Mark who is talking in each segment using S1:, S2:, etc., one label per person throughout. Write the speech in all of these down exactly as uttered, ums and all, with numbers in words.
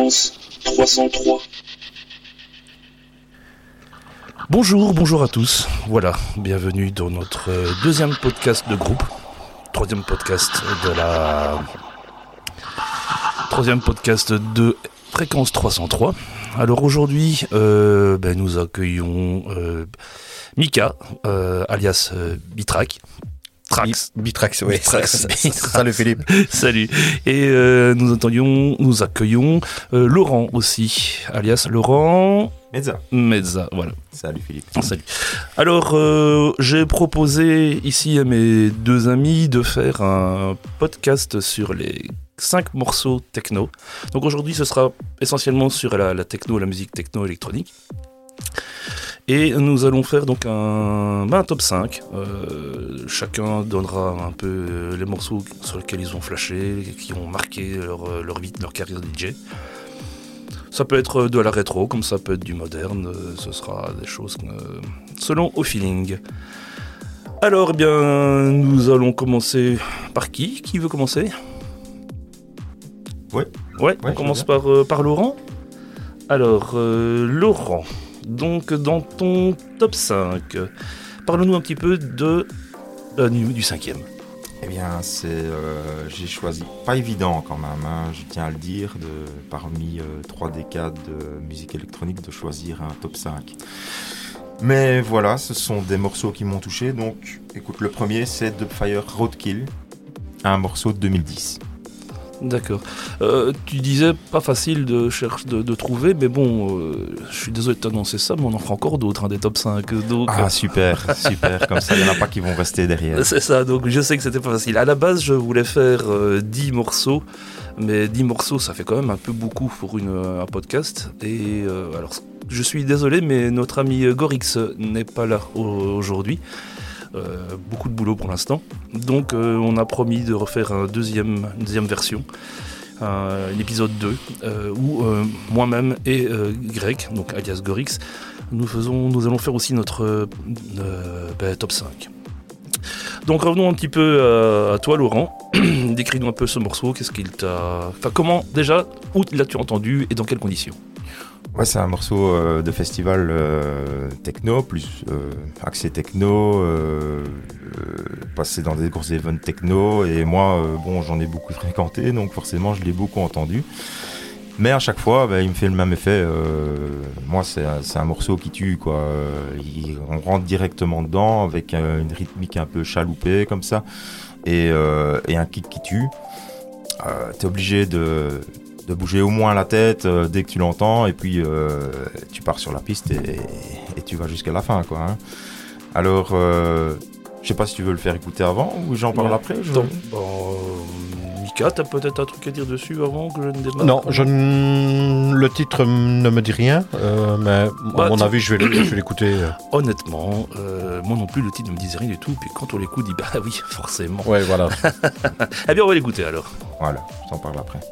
S1: Fréquence trois cent trois.
S2: Bonjour, bonjour à tous. Voilà, bienvenue dans notre deuxième podcast de groupe. Troisième podcast de la... Troisième podcast de Fréquence trois cent trois. Alors aujourd'hui, euh, ben nous accueillons euh, Mika, euh, alias euh, Bitrax. Trax.
S3: Bitrax, oui.
S2: Bitrax.
S3: Salut Philippe.
S2: Salut. Et euh, nous entendions, nous accueillons euh, Laurent aussi, alias Laurent
S3: Mezza.
S2: Mezza, voilà.
S3: Salut Philippe.
S2: Salut. Alors, euh, j'ai proposé ici à mes deux amis de faire un podcast sur les cinq morceaux techno. Donc aujourd'hui, ce sera essentiellement sur la, la techno, la musique techno électronique. Et nous allons faire donc un, ben un top cinq. Euh, chacun donnera un peu les morceaux sur lesquels ils ont flashé, qui ont marqué leur, leur vie, leur carrière de D J. Ça peut être de la rétro, comme ça peut être du moderne. Ce sera des choses euh, selon au feeling. Alors, eh bien, nous allons commencer par qui ? Qui veut commencer ?
S3: Ouais.
S2: Ouais,
S3: ouais
S2: on commence par, euh, par Laurent. Alors, euh, Laurent, donc dans ton top cinq, parle-nous un petit peu de, euh, du, du cinquième.
S3: Eh bien, c'est, euh, j'ai choisi, pas évident quand même, hein, je tiens à le dire, de, parmi euh, trois décades de musique électronique, de choisir un top cinq. Mais voilà, ce sont des morceaux qui m'ont touché, donc écoute, le premier c'est Dubfire Roadkill, un morceau de deux mille dix.
S2: D'accord. Euh, tu disais pas facile de, chercher, de, de trouver, mais bon, euh, je suis désolé de t'annoncer ça, mais on en fera encore d'autres, hein, des top cinq. Donc,
S3: ah super, super, comme ça il n'y en a pas qui vont rester derrière.
S2: C'est ça, donc je sais que c'était pas facile. À la base, je voulais faire euh, dix morceaux, mais dix morceaux, ça fait quand même un peu beaucoup pour une, un podcast. Et euh, alors, je suis désolé, mais notre ami Gorix n'est pas là aujourd'hui. Euh, beaucoup de boulot pour l'instant. Donc euh, on a promis de refaire un deuxième, une deuxième version, un, un épisode deux, euh, où euh, moi-même et euh, Greg, donc alias Gorix, nous, faisons, nous allons faire aussi notre euh, bah, top cinq. Donc revenons un petit peu à, à toi Laurent, décris-nous un peu ce morceau, qu'est-ce qu'il t'a... Enfin comment, déjà, où l'as-tu entendu et dans quelles conditions ?
S3: Ouais, c'est un morceau euh, de festival euh, techno, plus euh, axé techno, euh, euh, passé dans des courses events techno, et moi, euh, bon, j'en ai beaucoup fréquenté, donc forcément, je l'ai beaucoup entendu. Mais à chaque fois, bah, il me fait le même effet. Euh, moi, c'est, c'est un morceau qui tue, quoi. Il, on rentre directement dedans avec euh, une rythmique un peu chaloupée, comme ça, et, euh, et un kick qui tue. Euh, t'es obligé de... de bouger au moins la tête euh, dès que tu l'entends, et puis euh, tu pars sur la piste et, et tu vas jusqu'à la fin, quoi, hein. Alors, euh, je sais pas si tu veux le faire écouter avant ou j'en parle
S2: non,
S3: après. Je...
S2: Donc, bon, euh, Mika, t'as peut-être un truc à dire dessus avant que je ne démarre ?
S4: Non, je n... le titre ne me dit rien, euh, mais bah, à mon tu... avis, je vais, je vais l'écouter.
S2: Honnêtement, euh, moi non plus, le titre ne me disait rien du tout, puis quand on l'écoute, il dit bah oui, forcément.
S4: Ouais, voilà.
S2: Eh bien, on va l'écouter alors.
S3: Voilà, je t'en parle après.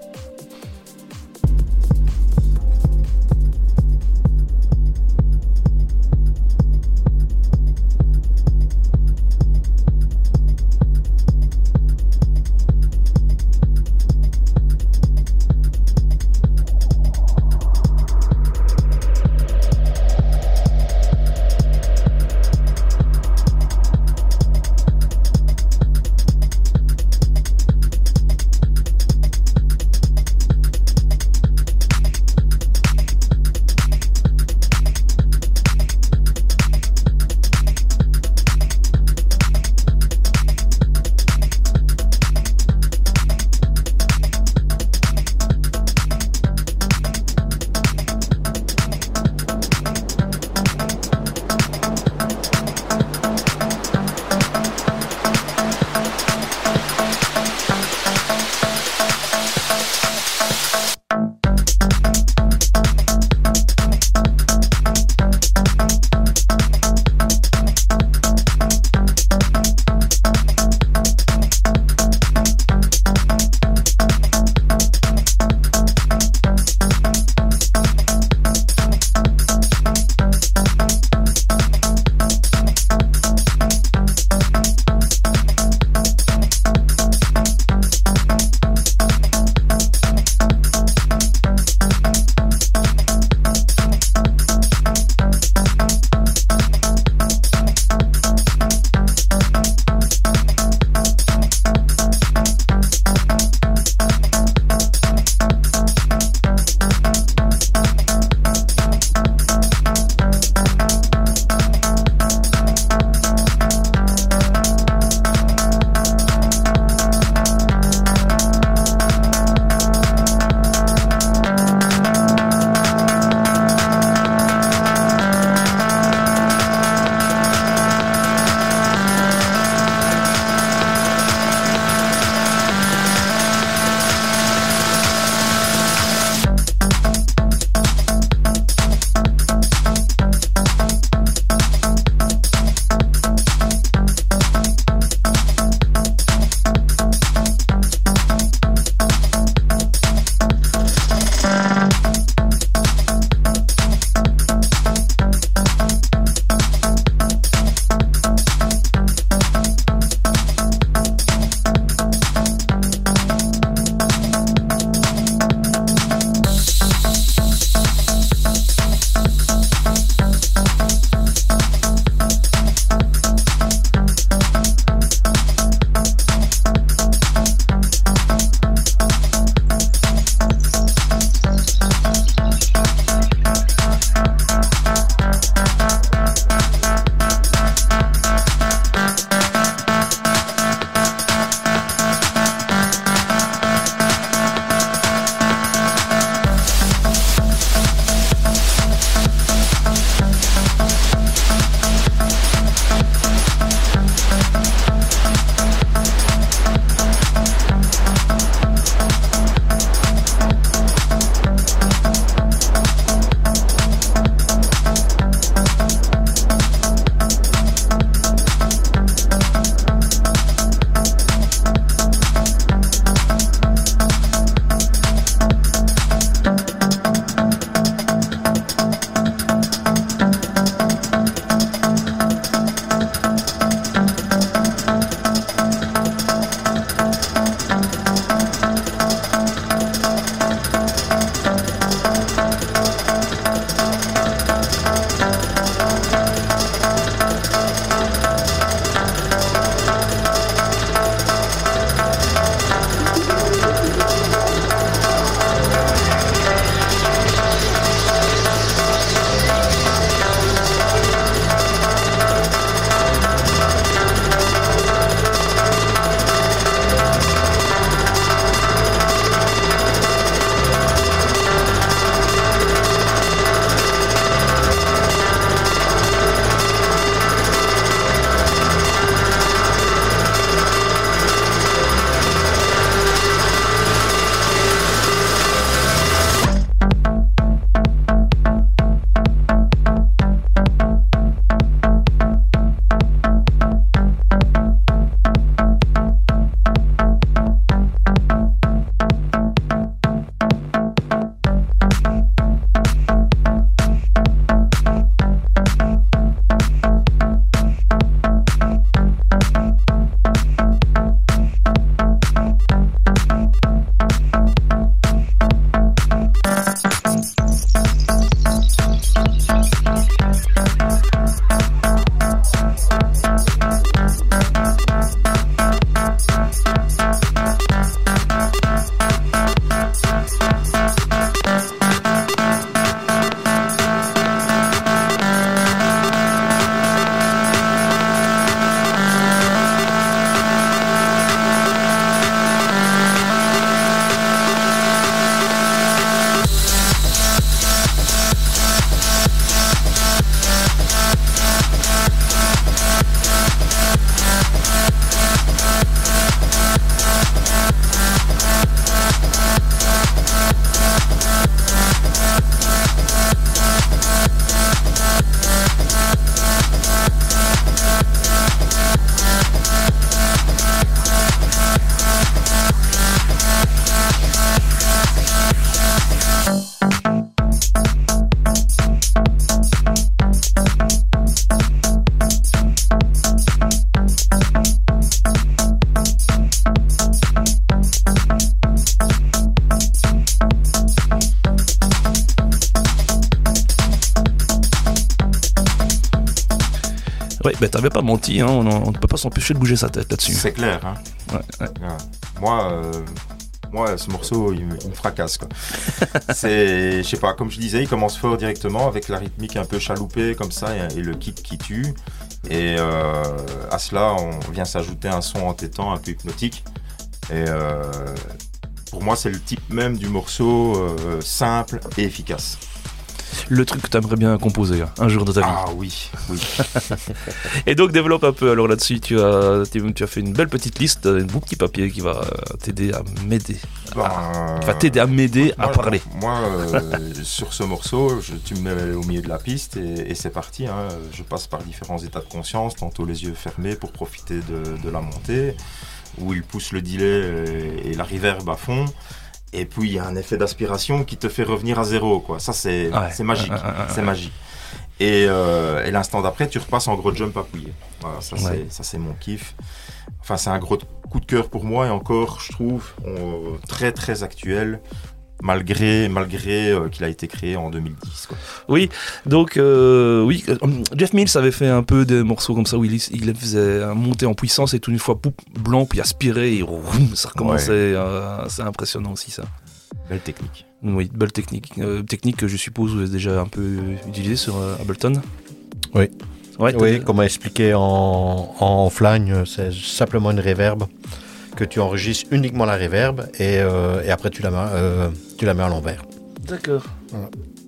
S2: Ouais, bah t'avais pas menti, hein, on ne peut pas s'empêcher de bouger sa tête là-dessus.
S3: C'est clair, hein.
S2: Ouais, ouais.
S3: Ouais. Moi, euh, moi, ce morceau, il me, il me fracasse, quoi. C'est, je sais pas, comme je disais, il commence fort directement avec la rythmique un peu chaloupée comme ça et, et le kick qui tue. Et euh, à cela, on vient s'ajouter un son entêtant, un peu hypnotique. Et euh, pour moi, c'est le type même du morceau euh, simple et efficace.
S2: Le truc que tu aimerais bien composer hein, un jour de ta vie.
S3: Ah oui, oui.
S2: Et donc développe un peu alors là-dessus, tu as, tu as fait une belle petite liste, un beau petit papier qui va t'aider à m'aider.
S3: Ben,
S2: à, qui va t'aider à m'aider
S3: moi,
S2: à parler.
S3: Moi, euh, sur ce morceau, je, tu me mets au milieu de la piste et, et c'est parti. Hein. Je passe par différents états de conscience, tantôt les yeux fermés pour profiter de, de la montée, où il pousse le delay et, et la reverb à fond. Et puis il y a un effet d'aspiration qui te fait revenir à zéro, quoi. Ça c'est,
S2: ouais.
S3: c'est magique,
S2: ouais, ouais, ouais,
S3: c'est magique. Et, euh, et l'instant d'après, tu repasses en gros jump appuyé. Voilà, ça,
S2: ouais.
S3: c'est, ça c'est mon kiff. Enfin, c'est un gros coup de cœur pour moi et encore, je trouve, on, très très actuel. Malgré, malgré euh, qu'il a été créé en deux mille dix. Quoi.
S2: Oui, donc euh, oui, euh, Jeff Mills avait fait un peu des morceaux comme ça où il, il faisait monter en puissance et tout une fois poup, blanc puis aspiré et roum, ça recommençait. Ouais. Euh, c'est impressionnant aussi ça.
S3: Belle technique.
S2: Oui, belle technique. Euh, technique que je suppose vous avez déjà un peu utilisée sur euh, Ableton.
S4: Oui.
S2: Ouais,
S4: oui, comme a expliqué en, en offline, c'est simplement une reverb. Que tu enregistres uniquement la reverb et, euh, et après tu la mets, euh, tu la mets à l'envers.
S2: D'accord. Voilà.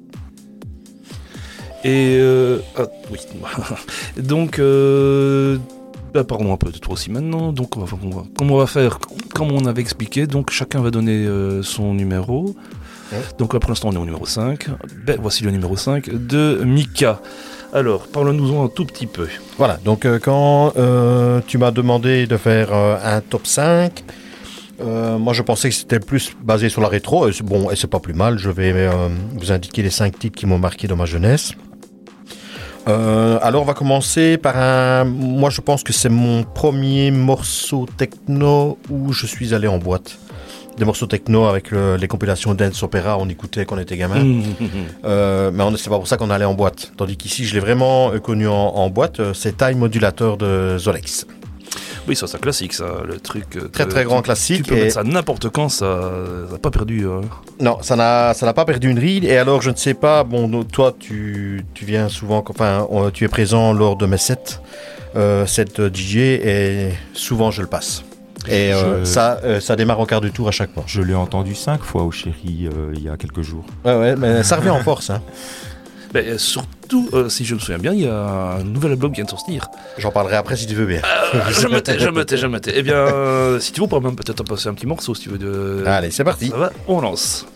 S2: Et euh, ah, oui. Donc, euh, bah, parlons un peu de toi aussi maintenant. Donc, on va, on va, comment on va faire, comme on avait expliqué, donc chacun va donner euh, son numéro. Ouais. Donc là, pour l'instant, on est au numéro cinq. Ben, voici le numéro cinq de Mika. Alors, parle-nous-en un tout petit peu.
S4: Voilà, donc euh, quand euh, tu m'as demandé de faire euh, un top cinq, euh, moi je pensais que c'était plus basé sur la rétro, et c'est, bon, et c'est pas plus mal, je vais euh, vous indiquer les cinq titres qui m'ont marqué dans ma jeunesse. Euh, alors on va commencer par un... Moi je pense que c'est mon premier morceau techno où je suis allé en boîte. Des morceaux techno avec le, les compilations Dance Opera, on écoutait quand on était gamin. Mmh, mmh. Euh, mais on, c'est pas pour ça qu'on allait en boîte. Tandis qu'ici, je l'ai vraiment euh, connu en, en boîte, euh, c'est Time Modulator de Zolex.
S2: Oui, ça c'est classique, ça, le truc. Euh,
S4: très très grand
S2: tu,
S4: classique.
S2: Tu peux
S4: et...
S2: mettre ça n'importe quand, ça n'a pas perdu. Euh...
S4: Non, ça n'a, ça n'a pas perdu une ride. Et alors, je ne sais pas, bon, toi, tu, tu viens souvent, enfin, tu es présent lors de mes sets, euh, sets D J, et souvent je le passe. Et euh, je... ça, euh, ça démarre en quart de tour à chaque fois.
S3: Je l'ai entendu cinq fois au Chéri euh, il y a quelques jours.
S4: Ouais, ouais, mais ça revient en force. Hein.
S2: Mais surtout, euh, si je me souviens bien, il y a un nouvel album qui vient de sortir.
S4: J'en parlerai après si tu veux bien.
S2: Euh, je me tais, je me tais, je me tais. Eh bien, euh, si tu veux, on pourra même peut-être passer un petit morceau si tu veux. De...
S4: Allez, c'est parti.
S2: Ça va, on lance.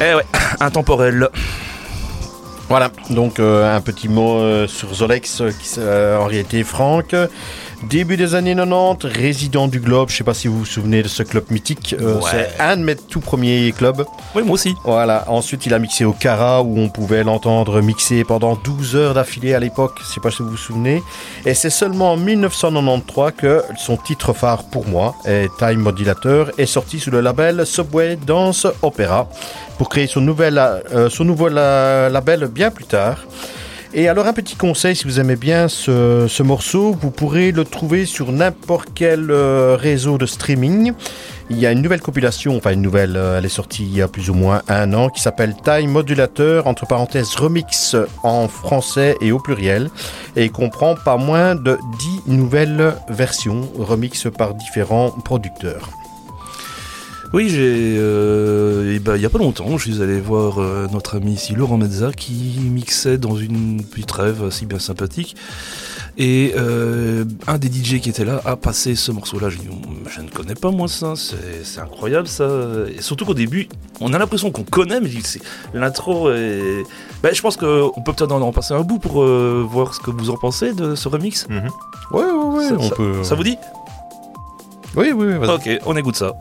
S2: Eh ouais, intemporel.
S4: Voilà, donc euh, un petit mot euh, sur Zolex, euh, qui, euh, en réalité Franck, début des années quatre-vingt-dix, résident du Globe, je ne sais pas si vous vous souvenez de ce club mythique, euh,
S2: Ouais.
S4: c'est un de mes tout premiers clubs.
S2: Oui, moi aussi.
S4: Voilà, ensuite il a mixé au Cara où on pouvait l'entendre mixer pendant douze heures d'affilée à l'époque, je ne sais pas si vous vous souvenez. Et c'est seulement en dix-neuf cent quatre-vingt-treize que son titre phare pour moi, est Time Modulator, est sorti sous le label Subway Dance Opera pour créer son, nouvel, euh, son nouveau la, label bien plus tard. Et alors un petit conseil, si vous aimez bien ce, ce morceau, vous pourrez le trouver sur n'importe quel euh, réseau de streaming. Il y a une nouvelle compilation, enfin une nouvelle, euh, elle est sortie il y a plus ou moins un an, qui s'appelle Time Modulator, entre parenthèses remix en français et au pluriel, et comprend pas moins de dix nouvelles versions remix par différents producteurs.
S2: Oui, j'ai. Euh, et bah, il y a pas longtemps, je suis allé voir euh, notre ami ici, Laurent Mezza, qui mixait dans une petite rêve si bien sympathique. Et euh, un des D J qui était là a passé ce morceau-là. Je dis, je ne connais pas moi ça, c'est, c'est incroyable ça. Et surtout qu'au début, on a l'impression qu'on connaît, mais c'est, l'intro est. Ben, je pense qu'on peut peut-être en, en passer un bout pour euh, voir ce que vous en pensez de ce remix.
S4: Mm-hmm. Ouais, ouais, ouais,
S2: ça,
S4: on
S2: ça,
S4: peut.
S2: Ça vous dit?
S4: Oui, oui, oui. Vas-y.
S2: Ok, on écoute ça.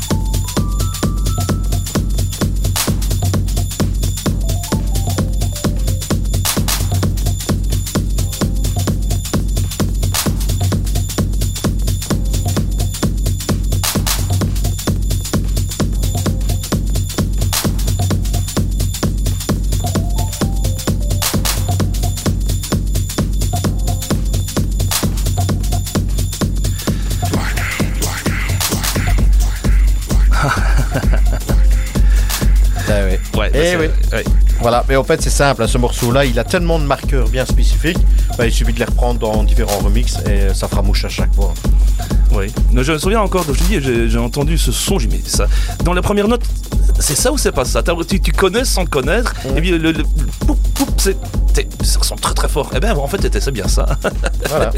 S4: Eh oui.
S2: Ouais.
S4: Voilà, mais en fait c'est simple, hein, ce morceau-là, il a tellement de marqueurs bien spécifiques, bah, il suffit de les reprendre dans différents remixes et ça fera mouche à chaque fois.
S2: Oui, je me souviens encore, je te dis, j'ai, j'ai entendu ce son, j'ai mis ça. Dans la première note, c'est ça ou c'est pas ça? Tu, tu connais sans connaître, mmh. et puis le, le, le poup, poup, c'est, ça ressemble très très fort. Eh bien en fait c'était c'est bien ça.
S4: Voilà.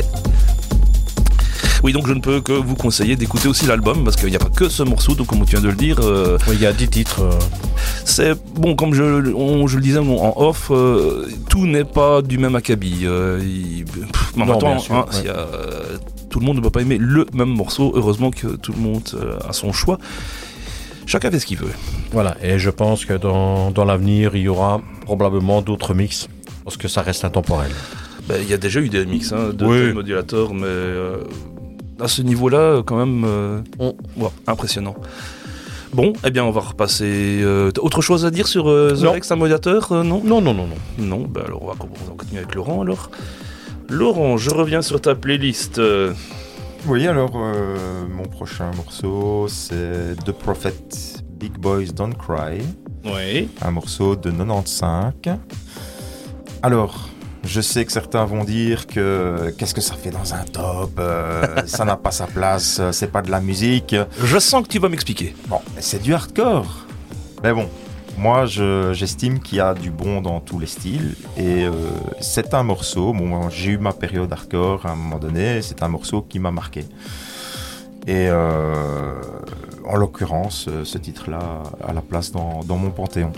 S2: Oui, donc je ne peux que vous conseiller d'écouter aussi l'album, parce qu'il n'y a pas que ce morceau, donc comme tu viens de le dire... Euh,
S4: oui, il y a dix titres. Euh...
S2: C'est, bon, comme je, on, je le disais en off, euh, tout n'est pas du même acabit. Euh, il, pff, mais en même temps, hein, ouais. y a, tout le monde ne peut pas aimer le même morceau, heureusement que tout le monde euh, a son choix. Chacun fait ce qu'il veut.
S4: Voilà, et je pense que dans, dans l'avenir, il y aura probablement d'autres mix, parce que ça reste intemporel.
S2: Ben, il y a déjà eu des mix hein, de
S4: oui.
S2: modulateurs, mais... Euh, à ce niveau-là, quand même, euh, on, ouais, impressionnant. Bon, eh bien, on va repasser. Euh, autre chose à dire sur euh, The Rex, un modulateur, euh, non
S4: Non, non, non, non.
S2: Non, bah alors on va, on va continuer avec Laurent alors. Laurent, je reviens sur ta playlist.
S3: Oui, alors euh, mon prochain morceau, c'est The Prophet, Big Boys Don't Cry.
S2: Oui.
S3: Un morceau de quatre-vingt-quinze. Alors. Je sais que certains vont dire que qu'est-ce que ça fait dans un top, euh, ça n'a pas sa place, c'est pas de la musique.
S2: Je sens que tu vas m'expliquer.
S3: Bon, c'est du hardcore. Mais bon, moi je, j'estime qu'il y a du bon dans tous les styles. Et euh, c'est un morceau, bon, j'ai eu ma période hardcore à un moment donné, c'est un morceau qui m'a marqué. Et euh, en l'occurrence, ce titre-là a la place dans, dans mon panthéon.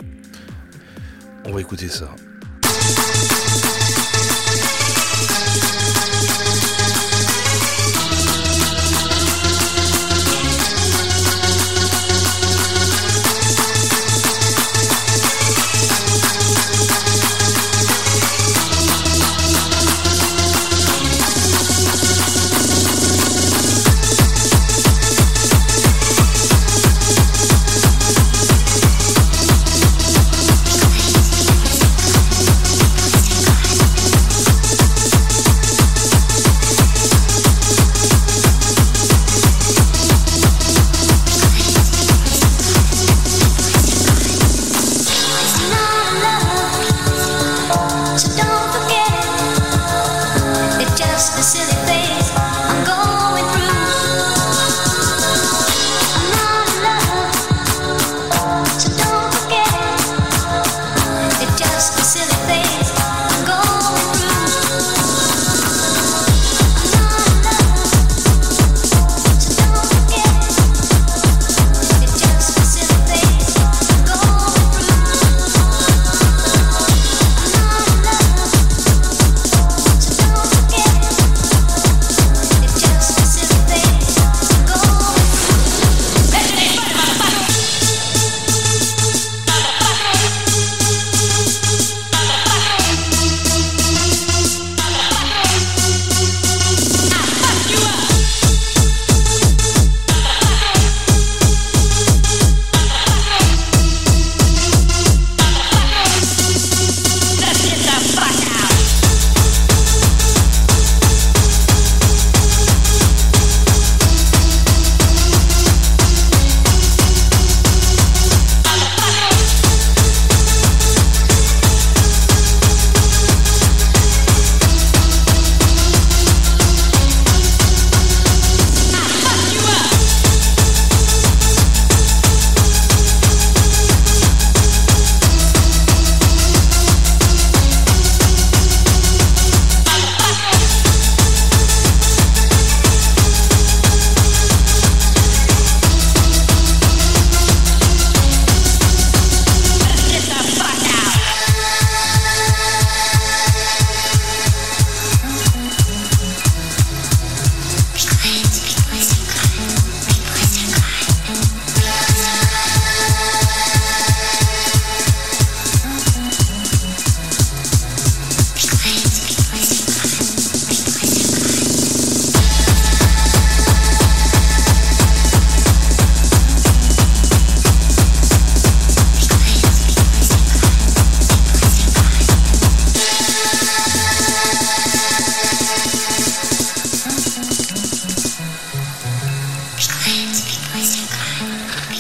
S2: On va écouter ça.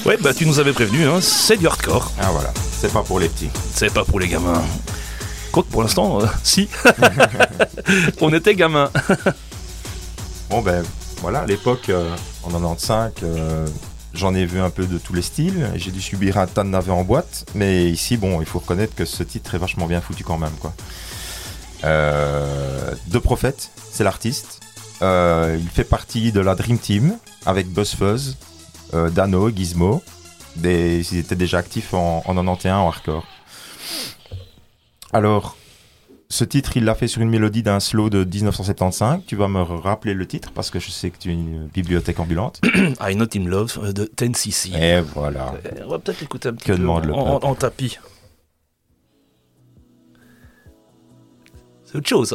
S2: Ouais, bah tu nous avais prévenu, hein, c'est du hardcore.
S3: Ah voilà, c'est pas pour les petits.
S2: C'est pas pour les gamins. Quoique pour l'instant, euh, si. On était gamins.
S3: Bon ben voilà, à l'époque, euh, en quatre-vingt-quinze, euh, j'en ai vu un peu de tous les styles. J'ai dû subir un tas de navets en boîte. Mais ici, bon, il faut reconnaître que ce titre est vachement bien foutu quand même, quoi. Euh, De Prophète, c'est l'artiste. Euh, il fait partie de la Dream Team avec BuzzFuzz, euh, Dano, Gizmo. Des, ils étaient déjà actifs en, en quatre-vingt-onze en hardcore. Alors, ce titre, il l'a fait sur une mélodie d'un slow de dix-neuf cent soixante-quinze. Tu vas me rappeler le titre parce que je sais que tu es une bibliothèque ambulante.
S2: I Not In Love de ten C C.
S3: Et voilà.
S2: On va peut-être l'écouter un petit
S3: Que
S2: peu
S3: demande le
S2: en, en,
S3: peuple.
S2: en tapis. C'est autre chose.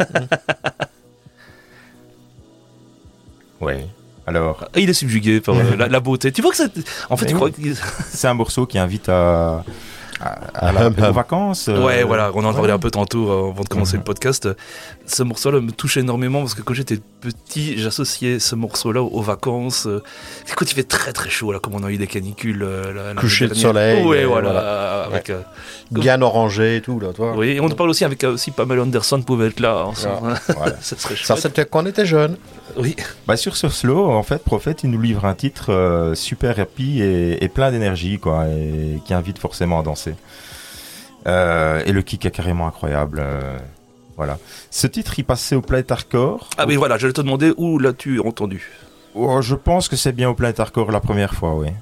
S3: Ouais. Alors,
S2: Ah, il est subjugué par euh, la, la beauté. Tu vois que c'est... En fait,
S3: Mais
S2: tu
S3: oui.
S2: crois que...
S3: c'est un morceau qui invite à, à, à la, aux vacances. euh,
S2: Ouais, voilà, on en parlait
S3: voilà.
S2: un peu tantôt euh, avant de commencer
S3: Mhm.
S2: le podcast. Ce morceau-là me touche énormément parce que quand j'étais petit, j'associais ce morceau-là aux vacances. euh, Quand il fait très très chaud, là, comme on a eu des canicules. euh, la- la
S4: Coucher de
S2: dernière-
S4: soleil,
S2: Ouais,
S4: euh,
S2: voilà.
S4: voilà.
S2: Avec, euh,
S4: Bien orangé et tout, là, toi.
S2: oui, et on en parle aussi avec euh, aussi Pamela Anderson pouvait être là. hein, ça,
S3: Voilà.
S2: ça serait
S4: Ça,
S2: chouette.
S4: c'était quand on était jeune.
S2: Oui.
S3: Bah, sur ce slow, en fait, Prophète, il nous livre un titre euh, super happy et, et plein d'énergie, quoi, et qui invite forcément à danser. Euh, et le kick est carrément incroyable. euh, voilà. Ce titre, il passait au Planet Hardcore.
S2: Ah oui, voilà, j'allais te demander où l'as-tu entendu.
S3: Oh, je pense que c'est bien au Planet Hardcore la première fois, oui.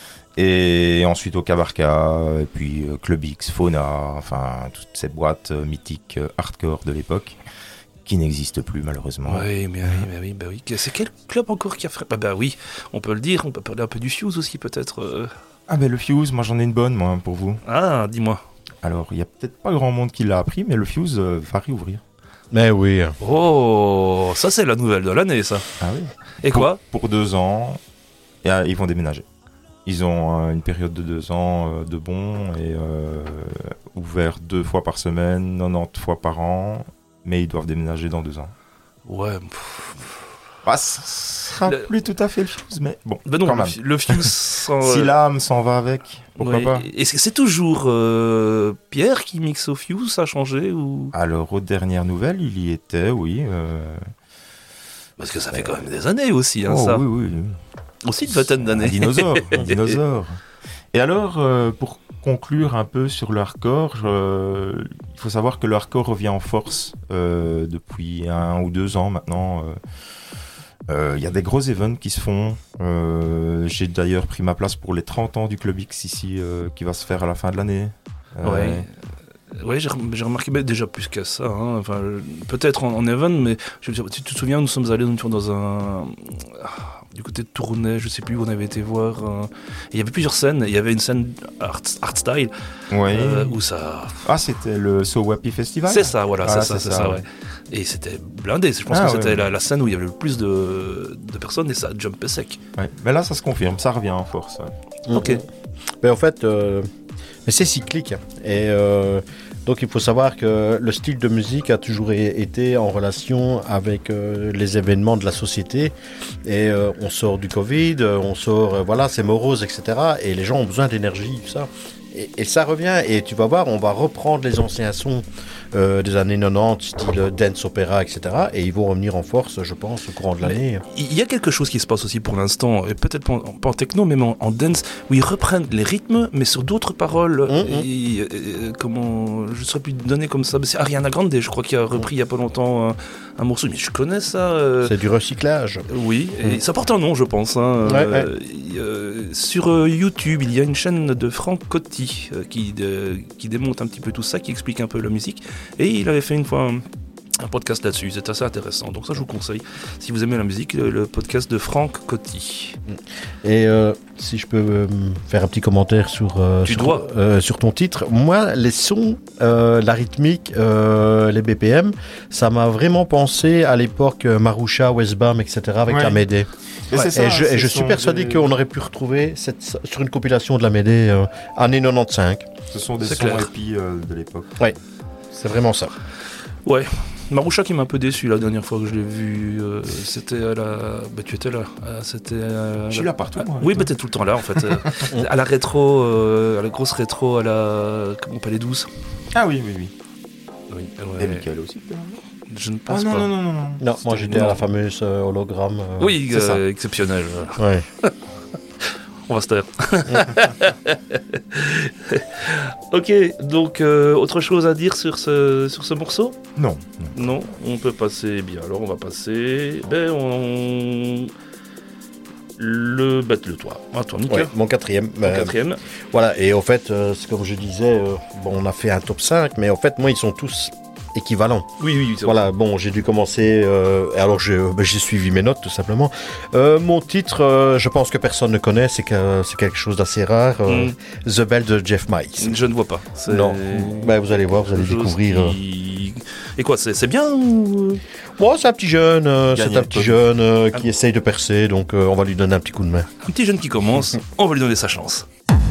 S3: Et ensuite au Kabarka, et puis euh, Club X, Fauna, enfin toutes ces boîtes euh, mythiques euh, hardcore de l'époque qui n'existent plus malheureusement.
S2: Oui, mais oui, mais oui, bah oui. C'est quel club encore qui a fait... Bah, bah oui, on peut le dire, on peut parler un peu du Fuse aussi peut-être. euh.
S3: Ah ben le Fuse, moi j'en ai une bonne moi pour vous.
S2: Ah, dis-moi.
S3: Alors il y a peut-être pas grand monde qui l'a appris, mais le Fuse euh, va réouvrir.
S4: Mais oui.
S2: Oh, ça c'est la nouvelle de l'année, ça.
S3: Ah oui.
S2: Et quoi?
S3: Pour deux ans, et, euh, ils vont déménager. Ils ont euh, une période de deux ans euh, de bon et euh, ouvert deux fois par semaine, quatre-vingt-dix fois par an, mais ils doivent déménager dans deux ans.
S2: Ouais. pff.
S3: Ah, ça sera
S2: Le-
S3: plus tout à fait le Fuse, mais bon,
S2: Ben non,
S3: quand
S2: le,
S3: même.
S2: fi- le Fuse sans...
S3: Si
S2: euh,
S3: l'âme s'en va avec, pourquoi
S2: ouais.
S3: pas.
S2: Est-ce que c'est toujours euh, Pierre qui mixe au Fuse, ça a changé ou...
S3: Alors, aux dernières nouvelles, il y était, oui. euh,
S2: Parce que ça fait quand même des années aussi, hein,
S3: oh,
S2: ça.
S3: oui, oui.
S2: Aussi une vingtaine
S3: Un
S2: d'années.
S3: dinosaure, un dinosaure. Et alors, euh, pour conclure un peu sur le hardcore, je- il faut savoir que le hardcore revient en force euh, depuis un ou deux ans maintenant. euh. Euh, Il y a des gros events qui se font. Euh, J'ai d'ailleurs pris ma place pour les trente ans du Club X ici, euh, qui va se faire à la fin de l'année. Euh,
S2: Ouais. Ouais, j'ai rem- j'ai remarqué mais déjà plus que ça. hein. Enfin, euh, peut-être en, en event, mais je, tu te souviens, nous sommes allés une fois dans un ah, du côté de Tournai, je sais plus où on avait été voir. euh, et il y avait plusieurs scènes. Il y avait une scène art, art style
S3: ouais.
S2: euh, où ça.
S3: Ah, c'était le So Wappy Festival.
S2: C'est ça, voilà,
S3: Ah,
S2: c'est ça,
S3: c'est
S2: c'est
S3: ça,
S2: ça,
S3: ouais.
S2: ouais. Et c'était blindé. Je pense
S3: Ah,
S2: que
S3: ouais,
S2: c'était
S3: ouais.
S2: la, la scène où il y avait le plus de, de personnes et ça jumpait sec.
S3: Ouais. Mais là, ça se confirme, ça revient en force. ouais.
S2: Ok.
S4: Mais en fait, euh, mais c'est cyclique. Et euh, donc il faut savoir que le style de musique a toujours é- été en relation avec euh, les événements de la société. Et euh, on sort du Covid, euh, on sort, euh, voilà, c'est morose, et cetera. Et les gens ont besoin d'énergie, tout ça. Et, et ça revient, et tu vas voir, on va reprendre les anciens sons euh, des années quatre-vingt-dix, style dance, opéra, et cetera. Et ils vont revenir en force, je pense, au courant de l'année.
S2: Il y a quelque chose qui se passe aussi pour l'instant, et peut-être pas en, pas en techno, mais en, en dance, où ils reprennent les rythmes, mais sur d'autres paroles.
S4: Mhm.
S2: Et, euh, comment je ne saurais plus donner comme ça. Mais c'est Ariana Grande, je crois, qui a repris il y a pas longtemps un, un morceau. Mais je connais ça. euh,
S4: C'est du recyclage.
S2: Oui, et
S4: Mhm.
S2: ça porte un nom, je pense. hein.
S4: Ouais,
S2: Euh, et, euh, sur euh, YouTube, il y a une chaîne de Franck Coty euh, qui, de- qui démonte un petit peu tout ça, qui explique un peu la musique. Et il avait fait une fois un, un podcast là-dessus. C'est assez intéressant. Donc ça, je vous conseille. Si vous aimez la musique, le, le podcast de Franck Coty.
S4: Et euh, si je peux euh, faire un petit commentaire sur, euh,
S2: Tu
S4: sur,
S2: dois.
S4: euh, sur ton titre, moi, les sons, euh, la rythmique, euh, les B P M, ça m'a vraiment pensé à l'époque euh, Marusha, Westbam, et cetera avec
S3: Ouais.
S4: la Médée.
S3: Et c'est ça,
S4: et je, et
S3: ce
S4: je suis
S3: sont
S4: persuadé
S3: des-
S4: qu'on aurait pu retrouver cette, sur une compilation de la Médée euh, année quatre-vingt-quinze.
S3: Ce sont des
S2: C'est
S3: sons
S2: clair.
S3: épis euh, de l'époque.
S4: C'est vraiment ça.
S2: Ouais. Maroucha qui m'a un peu déçu la dernière fois que je l'ai vu, euh, c'était à la... Bah tu étais là, euh, c'était... à
S3: Je suis
S2: la-
S3: là partout,
S2: à-
S3: moi,
S2: Oui,
S3: avec
S2: bah
S3: toi.
S2: t'es tout le temps là en fait. euh, à la rétro, euh, à la grosse rétro, à la... Comment Palais douze.
S3: Ah oui, oui, oui.
S2: Oui,
S3: Et
S2: ouais.
S3: Michael aussi, peut-être.
S2: Je ne
S3: Ah
S2: pense
S3: non,
S2: pas.
S3: non, non, non, non.
S4: Non, moi j'étais
S2: non.
S4: à la fameuse euh, hologramme. euh,
S2: Oui,
S3: c'est ça.
S2: euh, exceptionnel.
S4: Ouais.
S2: On va se taire. Ok, donc euh, autre chose à dire sur ce, sur ce morceau?
S3: Non, non.
S2: Non, on peut passer. Bien, alors on va passer. Ben, on. Le. Bah, le toi. Ah, toi, Mika.
S4: Ouais, mon quatrième.
S2: Mon
S4: euh,
S2: quatrième.
S4: Voilà, et au fait, euh, c'est comme je disais, euh, bon, on a fait un top cinq, mais en fait, moi, ils sont tous équivalents.
S2: Oui, oui, c'est
S4: Voilà, bon, j'ai dû commencer, euh, et alors j'ai ben, j'ai suivi mes notes, tout simplement. Euh, mon titre, euh, je pense que personne ne connaît, c'est que c'est quelque chose d'assez rare, euh,
S2: Mm.
S4: The Bell de Jeff Miles.
S2: Je ne vois pas. C'est
S4: Non, ben, vous allez voir, vous allez
S2: quelque chose
S4: découvrir. euh.
S2: qui- Et quoi, c'est c'est bien ou...
S4: Bon, c'est un petit jeune, euh,
S3: Gagne
S4: c'est un
S3: un
S4: petit
S3: peu.
S4: jeune euh,
S2: Ah.
S4: qui essaye de percer, donc euh, on va lui donner un petit coup de main.
S2: Un petit jeune qui commence, on va lui donner sa chance.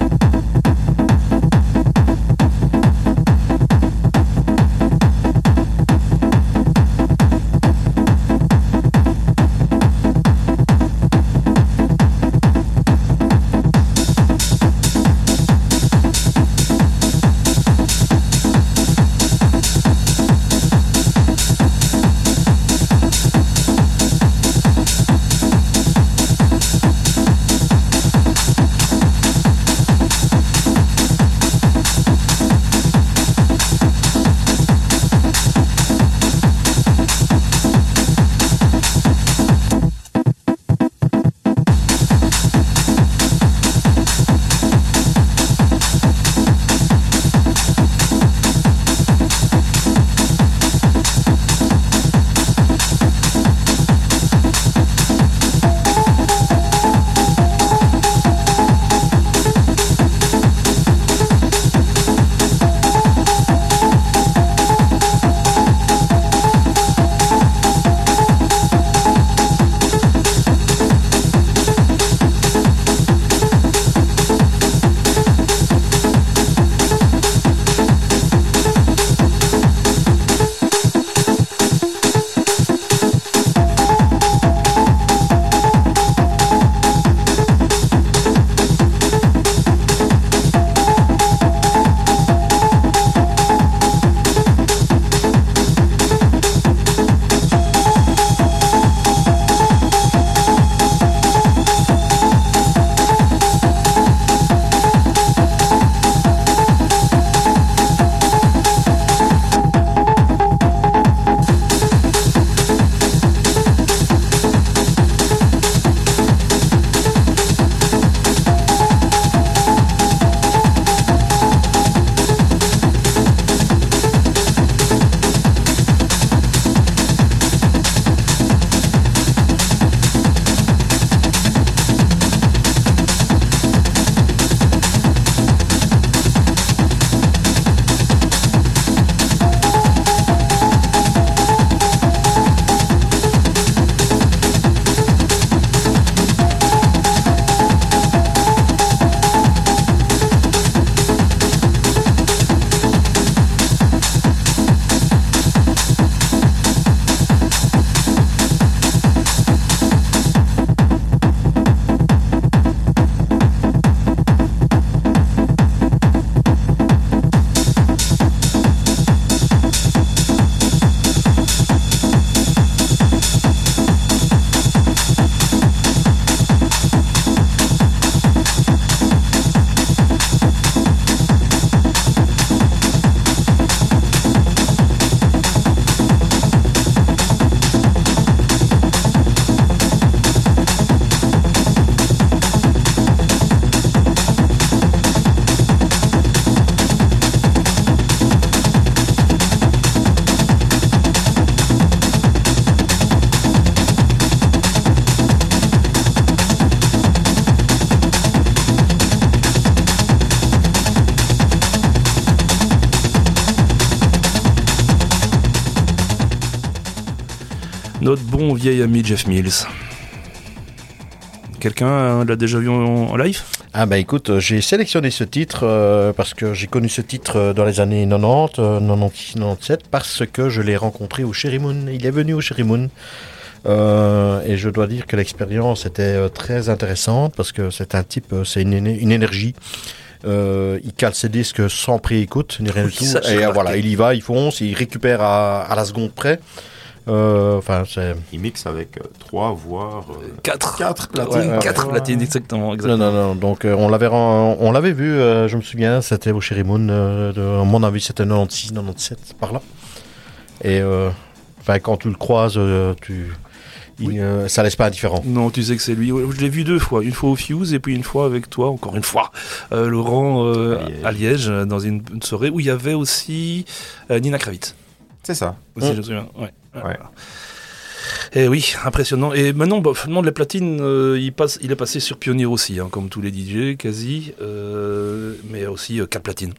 S2: Notre bon vieil ami Jeff Mills. Quelqu'un euh, l'a déjà vu en, en live?
S4: Ah bah écoute, j'ai sélectionné ce titre euh, parce que j'ai connu ce titre dans les années quatre-vingt-dix, euh, quatre-vingt-six quatre-vingt-dix-sept parce que je l'ai rencontré au Cherry Moon. Il est venu au Cherry Moon. Euh, et je dois dire que l'expérience était euh, très intéressante parce que c'est un type, euh, c'est une, une énergie. Euh, il cale ses disques sans pré-écoute, ni rien
S2: Oui,
S4: du tout.
S2: ça, j'ai
S4: Et euh,
S2: remarqué.
S4: voilà, il y va, il fonce, il récupère à, à la seconde près. Euh, Enfin, c'est.
S3: Il mixe avec euh, trois, voire euh,
S2: quatre.
S3: quatre platines.
S4: Ouais, ouais,
S2: quatre
S3: ouais.
S2: platines, exactement.
S4: Non,
S2: exactement.
S4: non, non. Donc, euh, on l'avait, ren- on l'avait vu. euh, je me souviens, c'était au Cherry Moon. Euh, de, à mon avis, c'était quatre-vingt-six, quatre-vingt-dix-sept par là. Et euh, enfin, quand tu le croises, euh, tu, il,
S2: Oui.
S4: euh, ça laisse pas indifférent.
S2: Non, tu sais que c'est lui. Ouais, je l'ai vu deux fois. Une fois au Fuse et puis une fois avec toi, encore une fois, euh, Laurent, euh,
S3: À Liège.
S2: à Liège, euh, dans une, une soirée où il y avait aussi euh, Nina Kravitz.
S3: C'est ça.
S2: Si
S4: Mm.
S2: je me souviens. Ouais.
S3: Ouais.
S2: Et oui, impressionnant. Et maintenant, bah, finalement, les platines, euh, il, passe, il est passé sur Pioneer aussi, hein, comme tous les D J, quasi. Euh, mais aussi euh, quatre platines.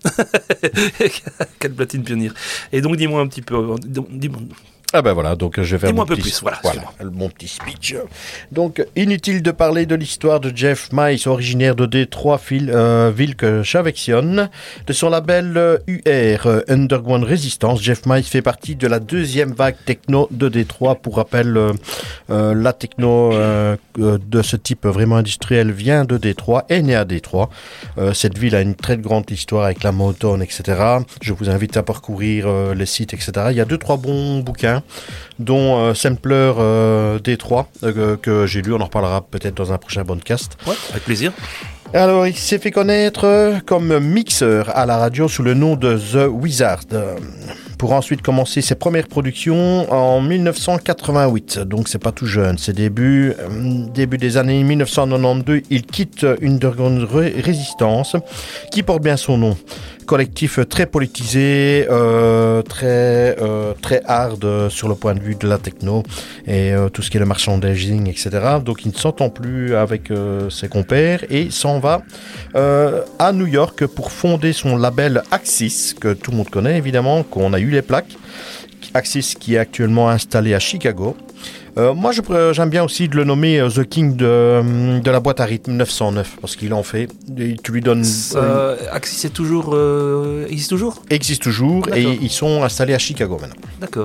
S2: quatre platines Pioneer. Et donc, dis-moi un petit peu. euh, Dis-moi.
S4: Ah ben voilà, donc je vais faire
S2: Dis-moi
S4: mon
S2: un peu
S4: petit,
S2: plus, voilà,
S4: mon petit speech. Donc, inutile de parler de l'histoire de Jeff Mice, originaire de Détroit, ville, euh, ville que j'affectionne. De son label euh, U R, euh, Underground Resistance, Jeff Mice fait partie de la deuxième vague techno de Détroit. Pour rappel, euh, euh, la techno euh, euh, de ce type vraiment industriel vient de Détroit, est née à Détroit. Euh, cette ville a une très grande histoire avec la Motown, et cetera. Je vous invite à parcourir euh, les sites, et cetera. Il y a deux, trois bons bouquins, dont euh, Sampler euh, Détroit, euh, que j'ai lu, on en reparlera peut-être dans un prochain podcast.
S2: Ouais, avec plaisir.
S4: Alors, il s'est fait connaître euh, comme mixeur à la radio sous le nom de The Wizard, euh, pour ensuite commencer ses premières productions en mille neuf cent quatre-vingt-huit. Donc, c'est pas tout jeune. Ses débuts, euh, début des années mille neuf cent quatre-vingt-douze, il quitte Underground Re- Resistance, qui porte bien son nom. Collectif très politisé, euh, très euh, très hard euh, sur le point de vue de la techno et euh, tout ce qui est le merchandising, et cetera. Donc il ne s'entend plus avec euh, ses compères et s'en va euh, à New York pour fonder son label Axis, que tout le monde connaît évidemment, qu'on a eu les plaques. Axis qui est actuellement installé à Chicago. Euh, moi, je, j'aime bien aussi de le nommer euh, The King de, de la boîte à rythme neuf cent neuf, parce qu'il en fait. Et tu lui donnes.
S2: Ça,
S4: euh,
S2: Axis est toujours, euh, existe toujours.
S4: existe toujours et
S2: D'accord.
S4: ils sont installés à Chicago maintenant.
S2: D'accord.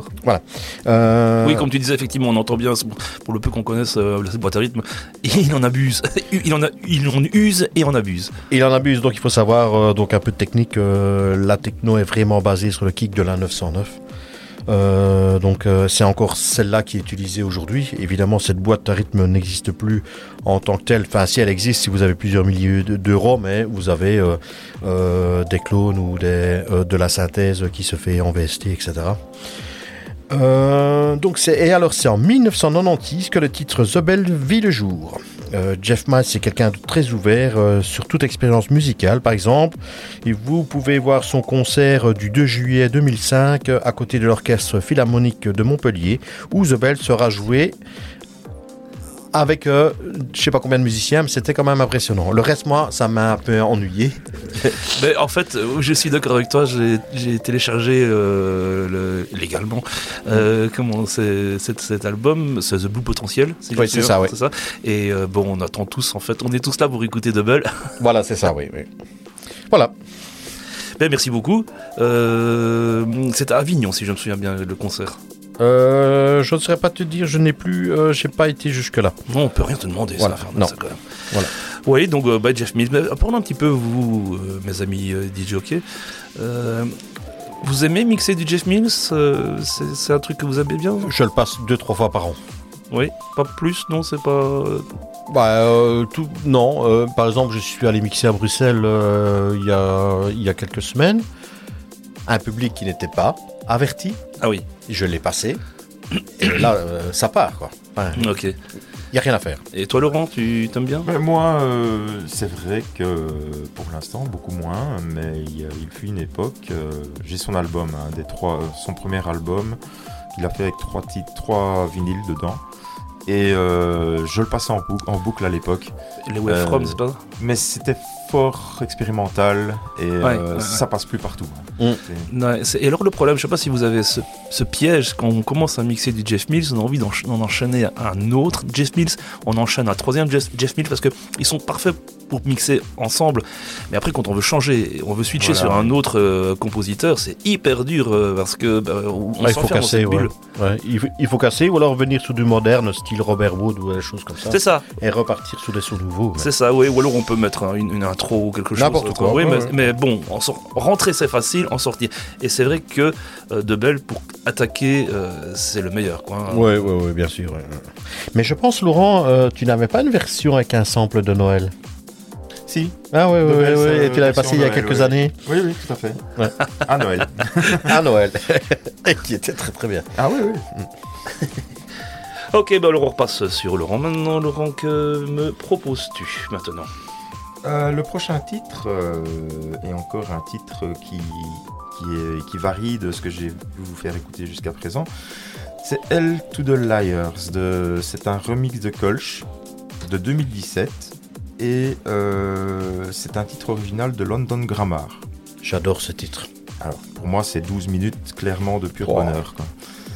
S4: Euh,
S2: Oui, comme tu disais, effectivement, on entend bien, pour le peu qu'on connaisse euh, cette boîte à rythme, il en abuse. Il en, a, il en use et en abuse.
S4: Il en abuse, donc il faut savoir, euh, donc un peu de technique, euh, la techno est vraiment basée sur le kick de la neuf cent neuf. Euh, donc euh, c'est encore celle-là qui est utilisée aujourd'hui. Évidemment, cette boîte à rythme n'existe plus en tant que telle. Enfin, si elle existe, si vous avez plusieurs milliers de- d'euros, mais vous avez euh, euh, des clones ou des, euh, de la synthèse qui se fait en V S T, et cetera. Euh, donc c'est, et alors c'est en mille neuf cent quatre-vingt-six que le titre The Bell vit le jour. Euh, Jeff Mice c'est quelqu'un de très ouvert euh, sur toute expérience musicale. Par exemple, et vous pouvez voir son concert du deux juillet deux mille cinq euh, à côté de l'orchestre philharmonique de Montpellier, où The Bell sera joué avec euh, je sais pas combien de musiciens, mais c'était quand même impressionnant. Le reste, moi, ça m'a un peu ennuyé.
S2: Mais en fait, euh, je suis d'accord avec toi, j'ai, j'ai téléchargé euh, le, légalement euh, comment, c'est, cet, cet album, c'est The Blue Potential. Si je
S4: Oui,
S2: me
S4: c'est
S2: souviens,
S4: ça, oui.
S2: c'est ça. Et euh, bon, on attend tous, en fait, on est tous là pour écouter Double.
S4: Voilà, c'est ça, oui, oui. Voilà.
S2: Ben, merci beaucoup. Euh, c'était à Avignon, si je me souviens bien, le concert.
S4: Euh, je ne saurais pas te dire, je n'ai plus, euh, j'ai pas été jusque là.
S2: Non, on peut rien te demander,
S4: Voilà,
S2: ça, enfin,
S4: non.
S2: ça, quand même.
S4: Voilà.
S2: Oui, donc euh, bah, Jeff Mills, mais parlons un petit peu, vous, euh, mes amis euh, D J Hockey. Euh, vous aimez mixer du Jeff Mills euh, c'est, c'est un truc que vous aimez bien?
S4: Je le passe deux, trois fois par an.
S2: Oui, pas plus, non, c'est pas... euh,
S4: Bah, euh, tout, non. Euh, par exemple, je suis allé mixer à Bruxelles euh, il y a, il y a quelques semaines. Un public qui n'était pas averti.
S2: Ah oui,
S4: Je l'ai passé. Et là, euh, ça part, quoi. Enfin,
S2: ok.
S4: il n'y a rien à faire.
S2: Et toi, Laurent, tu t'aimes bien?
S3: Mais moi, euh, c'est vrai que pour l'instant, beaucoup moins, mais il, y a- il fut une époque, euh, j'ai son album, hein, des trois, son premier album, qu'il a fait avec trois titres, trois vinyles dedans, et euh, je le passais en, bou- en boucle à l'époque.
S2: Les Wave
S3: Euh,
S2: From, c'est pas ça?
S3: Mais c'était fort expérimental et
S2: Ouais,
S3: euh,
S2: ouais,
S3: ça passe plus partout.
S4: Mm.
S3: C'est-
S2: Ouais, c'est- et alors le problème, je sais pas si vous avez ce, ce piège, quand on commence à mixer du Jeff Mills, on a envie d'en, d'en enchaîner un autre Jeff Mills, on enchaîne un troisième Jeff, Jeff Mills parce que ils sont parfaits pour mixer ensemble, mais après quand on veut changer, on veut switcher
S3: Voilà.
S2: sur un autre euh, compositeur, c'est hyper dur euh, parce que bah, on
S4: Ouais, il faut
S2: s'enferme dans
S4: casser,
S2: cette
S4: ouais.
S2: bulle.
S4: Ouais, il, faut, il faut casser ou alors venir sur du moderne, style Robert Wood ou des choses comme ça,
S2: C'est ça,
S4: et repartir sur des sons nouveaux. mais-
S2: c'est ça, oui. Ou alors on peut mettre un- une, une intro ou quelque chose.
S4: N'importe quoi,
S2: Oui,
S4: ouais,
S2: mais,
S4: ouais.
S2: mais bon, en sort- rentrer c'est facile, en sortir. Et c'est vrai que euh, De Bell pour attaquer, euh, c'est le meilleur, quoi.
S4: Oui, oui, oui, bien sûr. ouais. Mais je pense, Laurent, euh, tu n'avais pas une version avec un sample de Noël.
S3: Si,
S4: Ah oui, oui,
S3: De
S4: oui,
S3: Bell,
S4: oui,
S3: c'est
S4: et
S3: une
S4: tu l'avais
S3: version
S4: passé il y a
S3: Noël,
S4: quelques
S3: ouais.
S4: années.
S3: oui, oui, tout à fait.
S4: Ouais.
S3: À Noël.
S4: À Noël. Et qui était très très bien.
S3: Ah oui, oui.
S2: Ok, bah alors on repasse sur Laurent. Maintenant, Laurent, que me proposes-tu maintenant?
S3: Euh, le prochain titre euh, est encore un titre qui, qui, est, qui varie de ce que j'ai pu vous faire écouter jusqu'à présent. C'est Hell to the Liars. De, c'est un remix de Kolsch de deux mille dix-sept et euh, c'est un titre original de London Grammar.
S4: J'adore ce titre.
S3: Alors pour moi c'est douze minutes clairement de pur
S4: Wow.
S3: bonheur, quoi.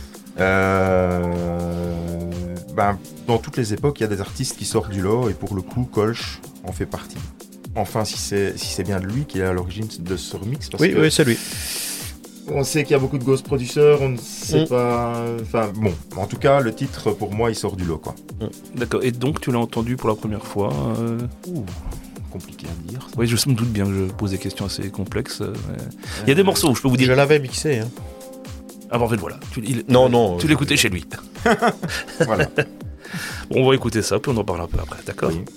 S3: Euh, ben, dans toutes les époques il y a des artistes qui sortent du lot et pour le coup Kolsch en fait partie. Enfin si c'est, si c'est bien de lui qui est à l'origine de ce remix parce
S4: Oui,
S3: que
S4: oui, c'est lui.
S3: on sait qu'il y a beaucoup de ghost producers, on ne sait
S4: Mm.
S3: pas... Enfin bon, en tout cas le titre pour moi il sort du lot, quoi.
S2: D'accord. Et donc, tu l'as entendu pour la première fois euh,
S3: Ouh, compliqué à dire. ça.
S2: Oui, je me doute bien que je pose des questions assez complexes. euh, mais- Il y a des morceaux où je peux vous
S4: Je
S2: dire.
S4: l'avais mixé. Hein.
S2: Ah, bon, en fait, voilà. Tu, il-
S4: Non, non.
S2: Tu l'écoutais chez lui.
S3: Voilà.
S2: Bon, on va écouter ça, puis on en parle un peu après, d'accord?
S3: Oui.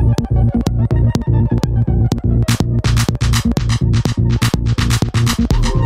S1: Thank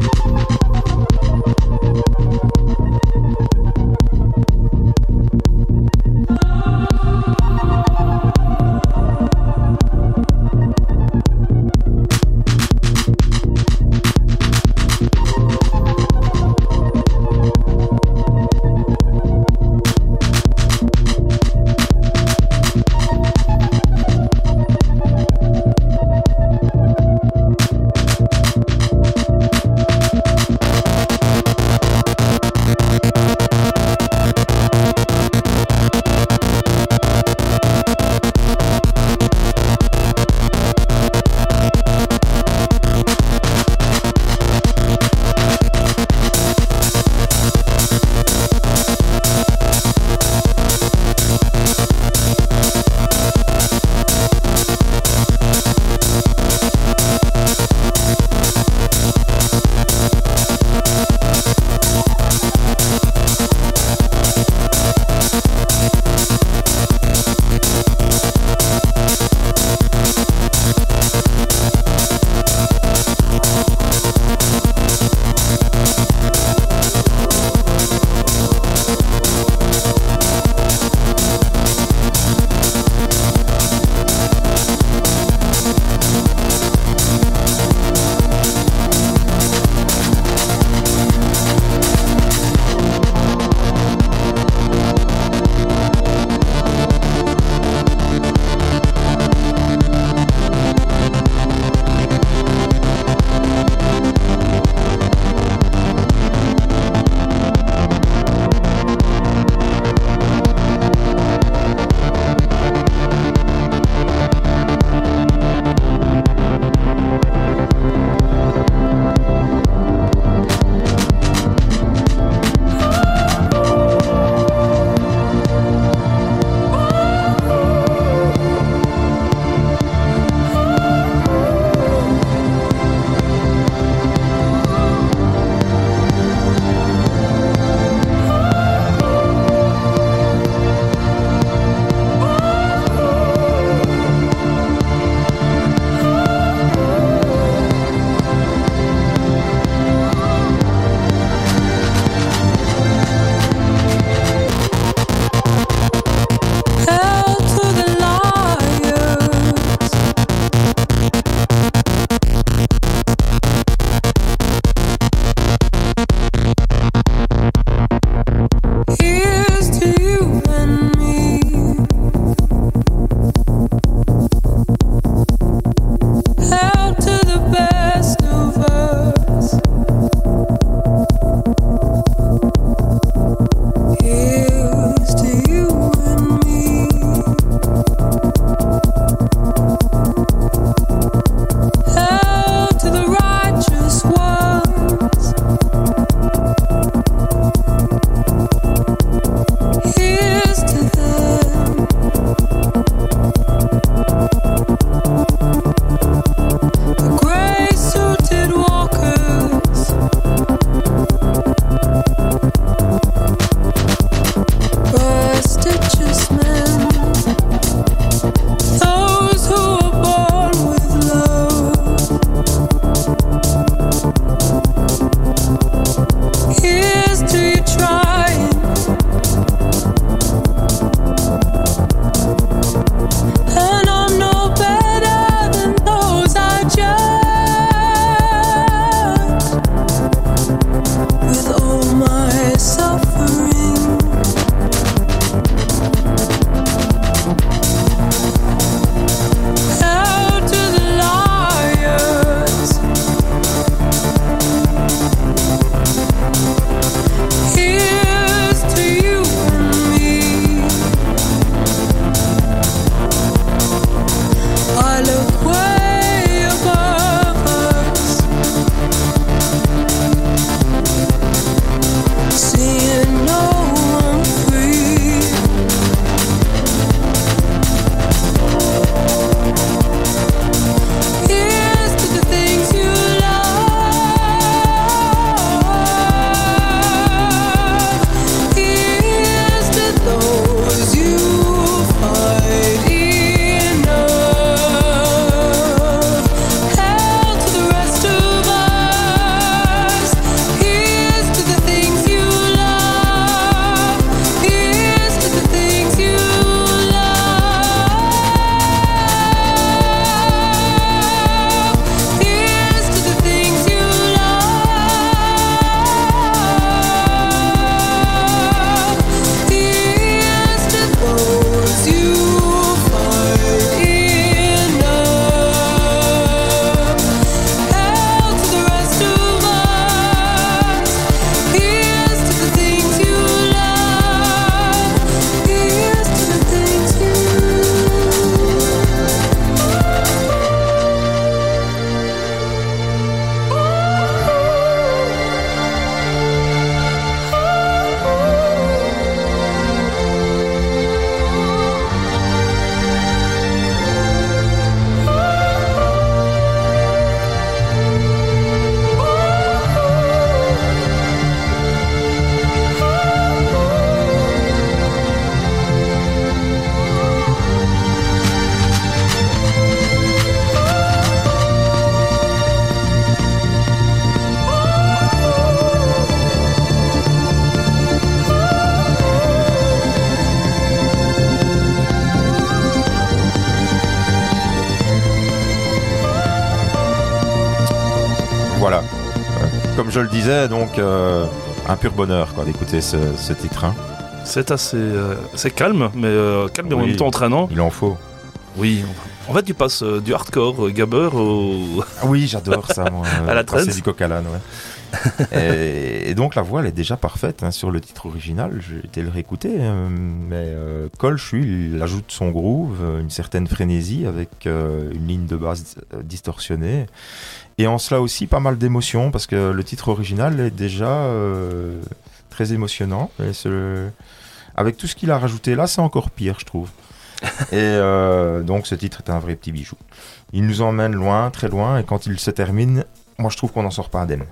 S3: Voilà. Euh, comme je le disais, donc euh, un pur bonheur quoi, d'écouter ce, ce titre. Hein.
S2: C'est assez euh, c'est calme, mais euh, calme et en
S3: Oui.
S2: même temps entraînant.
S3: Il en faut.
S2: Oui. En fait, tu passes euh, du hardcore euh, gabber au...
S3: Ah oui, j'adore ça, moi.
S2: À la
S3: passer
S2: trance.
S3: du coq à l'âne, ouais. et, et donc la voix, elle est déjà parfaite hein, sur le titre original. J'ai été le réécouter, euh, mais euh, Kolsch, lui, il ajoute son groove, euh, une certaine frénésie avec euh, une ligne de basse euh, distorsionnée. Et en cela aussi, pas mal d'émotions, parce que le titre original est déjà euh, très émotionnant. Et ce, avec tout ce qu'il a rajouté là, c'est encore pire, je trouve. Et euh, donc ce titre est un vrai petit bijou. Il nous emmène loin, très loin, et quand il se termine, moi je trouve qu'on n'en sort pas indemne.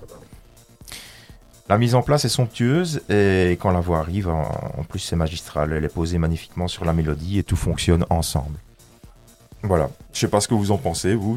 S3: La mise en place est somptueuse, et quand la voix arrive, en, en plus c'est magistral. Elle est posée magnifiquement sur la mélodie, et tout fonctionne ensemble. Voilà. Je sais pas ce que vous en pensez, vous.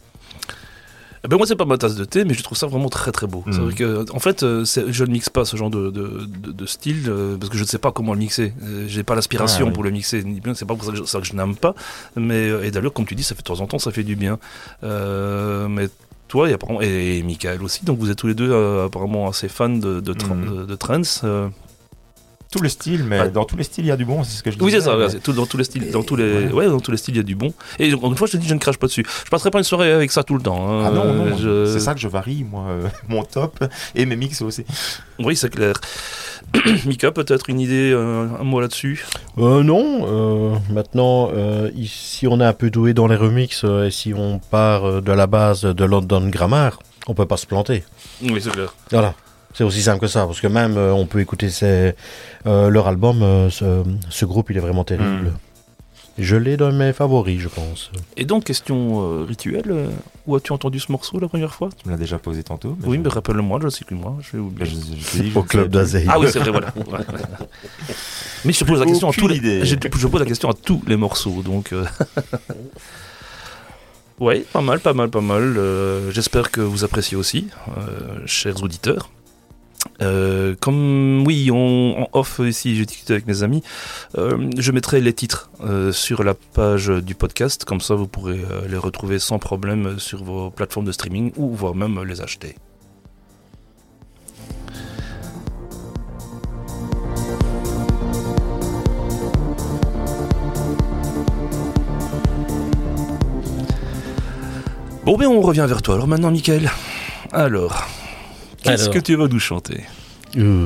S2: Eh ben moi c'est pas ma tasse de thé, mais je trouve ça vraiment très très beau.
S3: Mm.
S2: C'est vrai que en fait euh, c'est, je ne mixe pas ce genre de, de, de, de style euh, parce que je ne sais pas comment le mixer. Euh, j'ai pas l'aspiration
S3: Ah, oui.
S2: pour le mixer. Ni bien, c'est pas pour ça que je, ça que je n'aime pas. Mais euh, et d'ailleurs comme tu dis, ça fait de temps en temps ça fait du bien. Euh, mais toi et apparemment et, et Michael aussi. Donc vous êtes tous les deux euh, apparemment assez fans de de, tra-
S3: Mm.
S2: de, de trance. Euh,
S3: Tous les styles, mais
S2: Ouais.
S3: dans tous les styles, il y a du bon, c'est ce que je disais.
S2: Oui, c'est ça,
S3: mais-
S2: ouais, c'est tout, dans tous les styles, dans tous les,
S3: Ouais.
S2: ouais, dans tous les styles, il y a du bon. Et encore une fois, je te dis, je ne crache pas dessus. Je passerai pas une soirée avec ça tout le temps. Hein.
S3: Ah non, non,
S2: Euh, je-
S3: c'est ça que je varie, moi, euh, mon top et mes mix aussi.
S2: Oui, c'est clair. Mika, peut-être une idée, euh, un mot là-dessus.
S4: Euh, non, euh, maintenant, euh, si on est un peu doué dans les remixes euh, et si on part euh, de la base de London Grammar, on peut pas se planter.
S2: Oui, c'est clair.
S4: Voilà. C'est aussi simple que ça, parce que même euh, on peut écouter ces, euh, leur album, euh, ce, ce groupe il est vraiment terrible.
S3: Mm.
S4: Je l'ai dans mes favoris, je pense.
S2: Et donc, question euh, rituelle, euh, où as-tu entendu ce morceau la première fois?
S3: Tu me l'as déjà posé tantôt.
S2: Oui,
S3: je...
S2: mais rappelle-le-moi, je sais plus moi, je vais
S3: mais
S2: oublier.
S3: je, je te dis, je
S4: Au
S3: ne
S4: club
S3: sais-
S4: d'Azeille.
S2: Ah oui, c'est vrai, voilà. Ouais. Mais je pose la question à
S3: Aucune
S2: tous les...
S3: idée.
S2: je, je pose la question à tous les morceaux, donc... Euh... ouais, pas mal, pas mal, pas mal. Euh, j'espère que vous appréciez aussi, euh, chers auditeurs. Euh, comme oui, on, en off ici, j'ai discuté avec mes amis, euh, je mettrai les titres euh, sur la page du podcast, comme ça vous pourrez euh, les retrouver sans problème sur vos plateformes de streaming ou voire même les acheter. Bon, ben on revient vers toi. Alors maintenant, Mickaël, alors, qu'est-ce
S4: Alors.
S2: que tu vas nous chanter?
S4: Euh.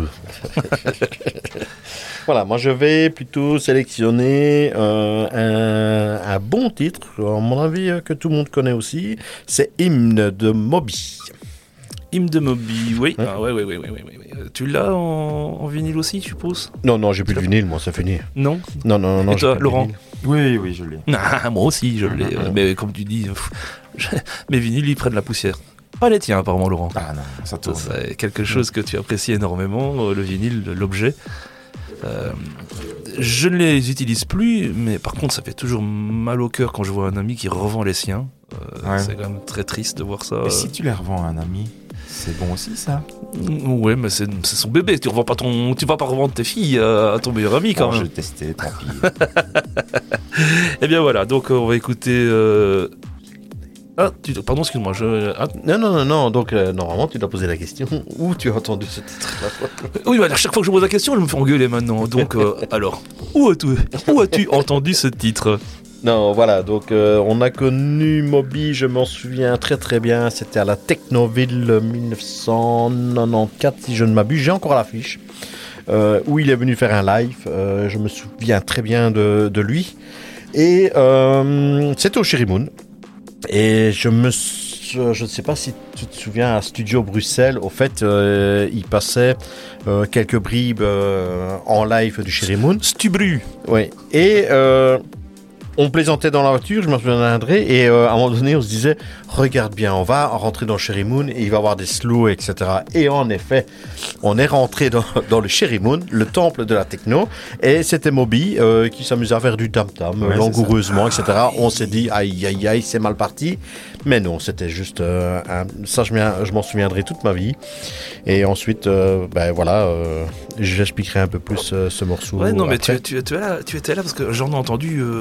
S4: Voilà, moi je vais plutôt sélectionner euh, un, un bon titre, à mon avis euh, que tout le monde connaît aussi, c'est Hymne de Moby.
S2: Hymne de Moby, oui.
S4: Ouais.
S2: Ah, ouais, ouais, ouais, ouais, ouais, ouais. Euh, Tu l'as en, en vinyle aussi, je suppose?
S4: Non, non, j'ai plus de vinyle, moi, c'est fini.
S2: Non?
S4: Non, non, non, non.
S2: Et toi,
S4: j'ai plus de
S2: Laurent?
S4: vinyle.
S3: Oui, oui, je l'ai.
S2: Ah, moi aussi, je l'ai. euh, Mais comme tu dis, pff, je- mes vinyles, ils prennent la poussière. Pas les tiens, apparemment, Laurent.
S3: Ah non, ça
S2: Ça,
S3: tourne.
S2: C'est quelque chose que tu apprécies énormément, euh, le vinyle, l'objet. Euh, je ne les utilise plus, mais par contre, ça fait toujours mal au cœur quand je vois un ami qui revend les siens. Euh,
S3: Ouais.
S2: C'est quand même très triste de voir ça.
S3: Et si tu les revends à un ami, c'est bon aussi ça.
S2: Mm, Ouais, mais c'est c'est son bébé. Tu revends pas ton, tu vas pas revendre tes filles à, à ton meilleur ami quand
S3: Quand je
S2: même.
S3: vais tester, tant pis.
S2: Eh bien voilà, donc euh, on va écouter. euh, Ah, tu... pardon, excuse-moi. Je... Ah,
S4: Non, non, non, non, donc euh, normalement tu dois poser la question où tu as entendu ce titre-là.
S2: Oui, mais à chaque fois que je pose la question, elle me fait engueuler maintenant. Donc, euh, alors, où as-tu, où as-tu entendu ce titre?
S4: Non, voilà, donc euh, on a connu Moby, je m'en souviens très très bien, c'était à la Technoville dix-neuf cent quatre-vingt-quatorze si je ne m'abuse, j'ai encore l'affiche, euh, où il est venu faire un live, euh, je me souviens très bien de, de lui, et euh, c'était au Cherry Moon, et je me sou- je ne sais pas si tu te souviens, à Studio Bruxelles, au fait, euh, il passait euh, quelques bribes euh, en live du Cherry Moon.
S2: Stubru.
S4: Oui, et euh, on plaisantait dans la voiture, je me souviendrai, et euh, à un moment donné, on se disait, regarde bien, on va rentrer dans Cherry Moon, et il va y avoir des slows, et cetera. Et en effet, on est rentré dans, dans le Cherry Moon, le temple de la techno, et c'était Moby euh, qui s'amusait à faire du tam-tam,
S3: Ouais,
S4: langoureusement, et cetera. On s'est dit, aïe, aïe, aïe, c'est mal parti. Mais non, c'était juste euh, un... ça, je m'en, je m'en souviendrai toute ma vie. Et ensuite, euh, ben voilà, euh, j'expliquerai un peu plus euh, ce morceau.
S2: Ouais, non, mais
S4: après.
S2: tu, tu, tu, es là, tu étais là parce que j'en ai entendu euh, des vertes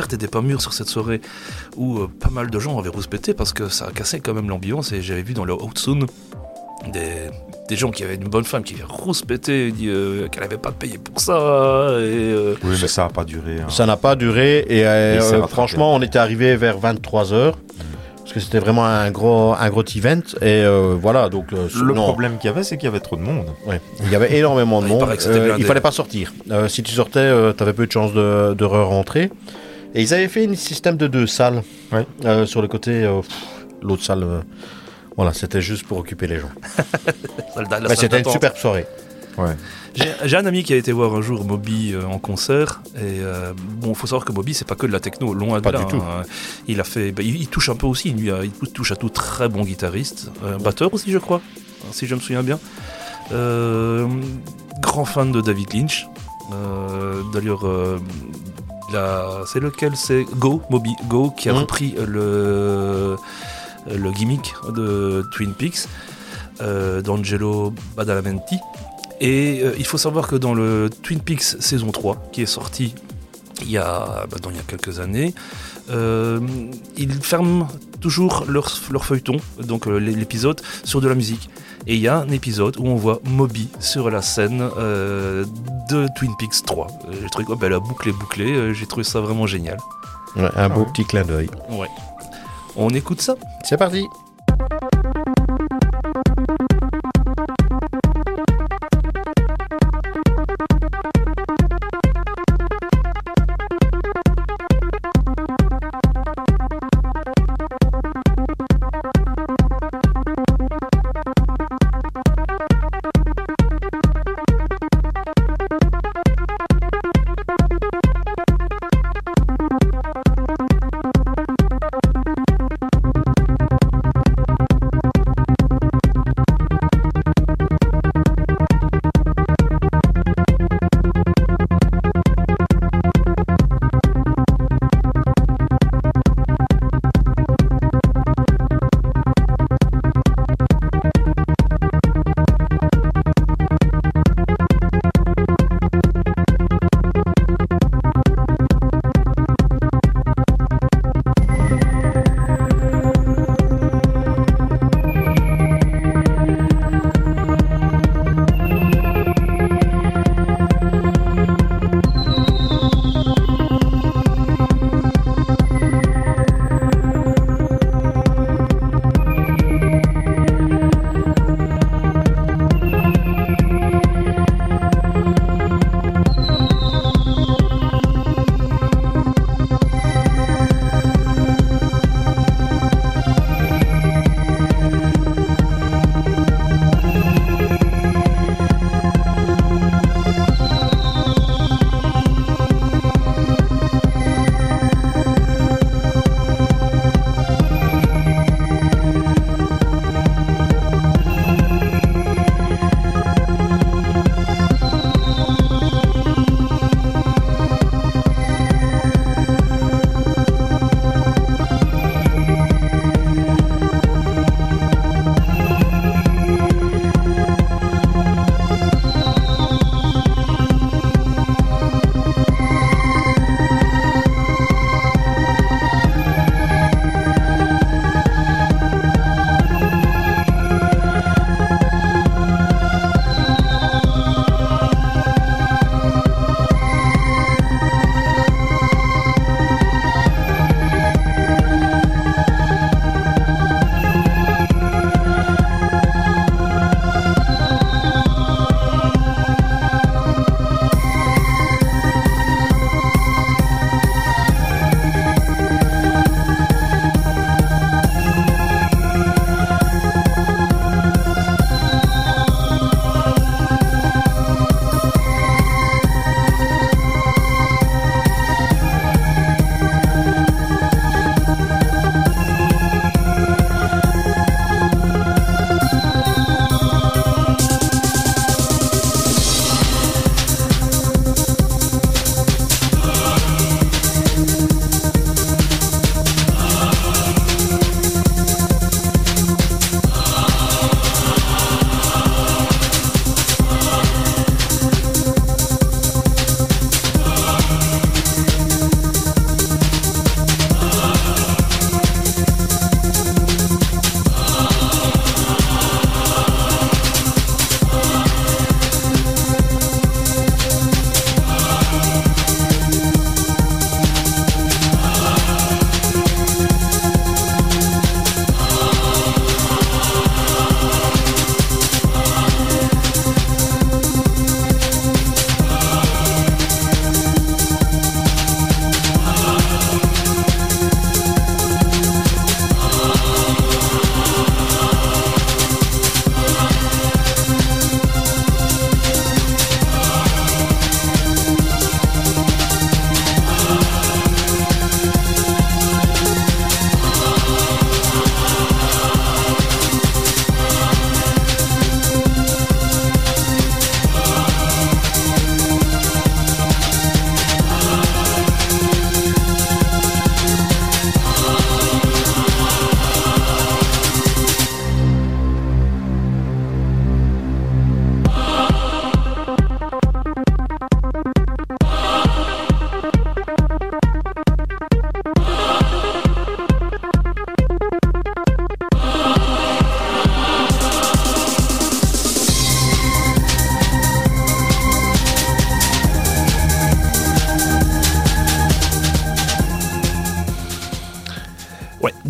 S2: cartes n'étaient pas mûres sur cette soirée où euh, pas mal de gens avaient rouspété parce que ça a cassé quand même l'ambiance. Et j'avais vu dans le Outsoon des, des gens qui avaient une bonne femme qui avaient rouspété, dit euh, qu'elle n'avait pas payé pour ça. Et, euh,
S3: Oui, mais ça n'a pas duré. Hein.
S4: Ça n'a pas duré et, euh,
S3: Et c'est
S4: euh,
S3: rattrapé.
S4: franchement, on était arrivé vers vingt-trois heures. Parce que c'était vraiment un gros, un gros event. Et euh, voilà, donc. Euh,
S3: Le
S4: non.
S3: problème qu'il y avait, c'est qu'il y avait trop de monde.
S4: Ouais. Il y avait énormément de
S2: Il
S4: monde.
S2: paraît que c'était
S4: Euh,
S2: blindé.
S4: il fallait pas sortir. Euh, si tu sortais, euh, tu avais peu de chances de, de re-rentrer. Et ils avaient fait un système de deux salles.
S3: Ouais.
S4: Euh, sur le côté, euh, pff, l'autre salle. euh, voilà, c'était juste pour occuper les gens.
S2: la- la
S4: Mais
S2: salle
S4: c'était une
S2: d'attente.
S4: superbe soirée.
S3: Ouais.
S2: J'ai, j'ai un ami qui a été voir un jour Moby euh, en concert et euh, bon, faut savoir que Moby c'est pas que de la techno, loin de
S4: Pas
S2: là.
S4: du tout.
S2: hein. Il a fait, bah, il, il touche un peu aussi, lui, euh, il touche à tout, très bon guitariste, euh, batteur aussi je crois, si je me souviens bien. Euh, grand fan de David Lynch. Euh, d'ailleurs, euh, la- c'est lequel c'est Go Moby Go qui a
S4: Mm.
S2: repris le le gimmick de Twin Peaks euh, d'Angelo Badalamenti. Et euh, il faut savoir que dans le Twin Peaks saison trois, qui est sorti il y a, bah, dans, il y a quelques années, euh, ils ferment toujours leur, leur feuilleton, donc euh, l'épisode, sur de la musique. Et il y a un épisode où on voit Moby sur la scène euh, de Twin Peaks trois. Euh, J'ai trouvé, oh, bah, la boucle est bouclée, euh, j'ai trouvé ça vraiment génial.
S4: Ouais, un beau
S3: ouais.
S4: petit clin d'œil.
S2: Ouais. On écoute ça.
S4: C'est parti.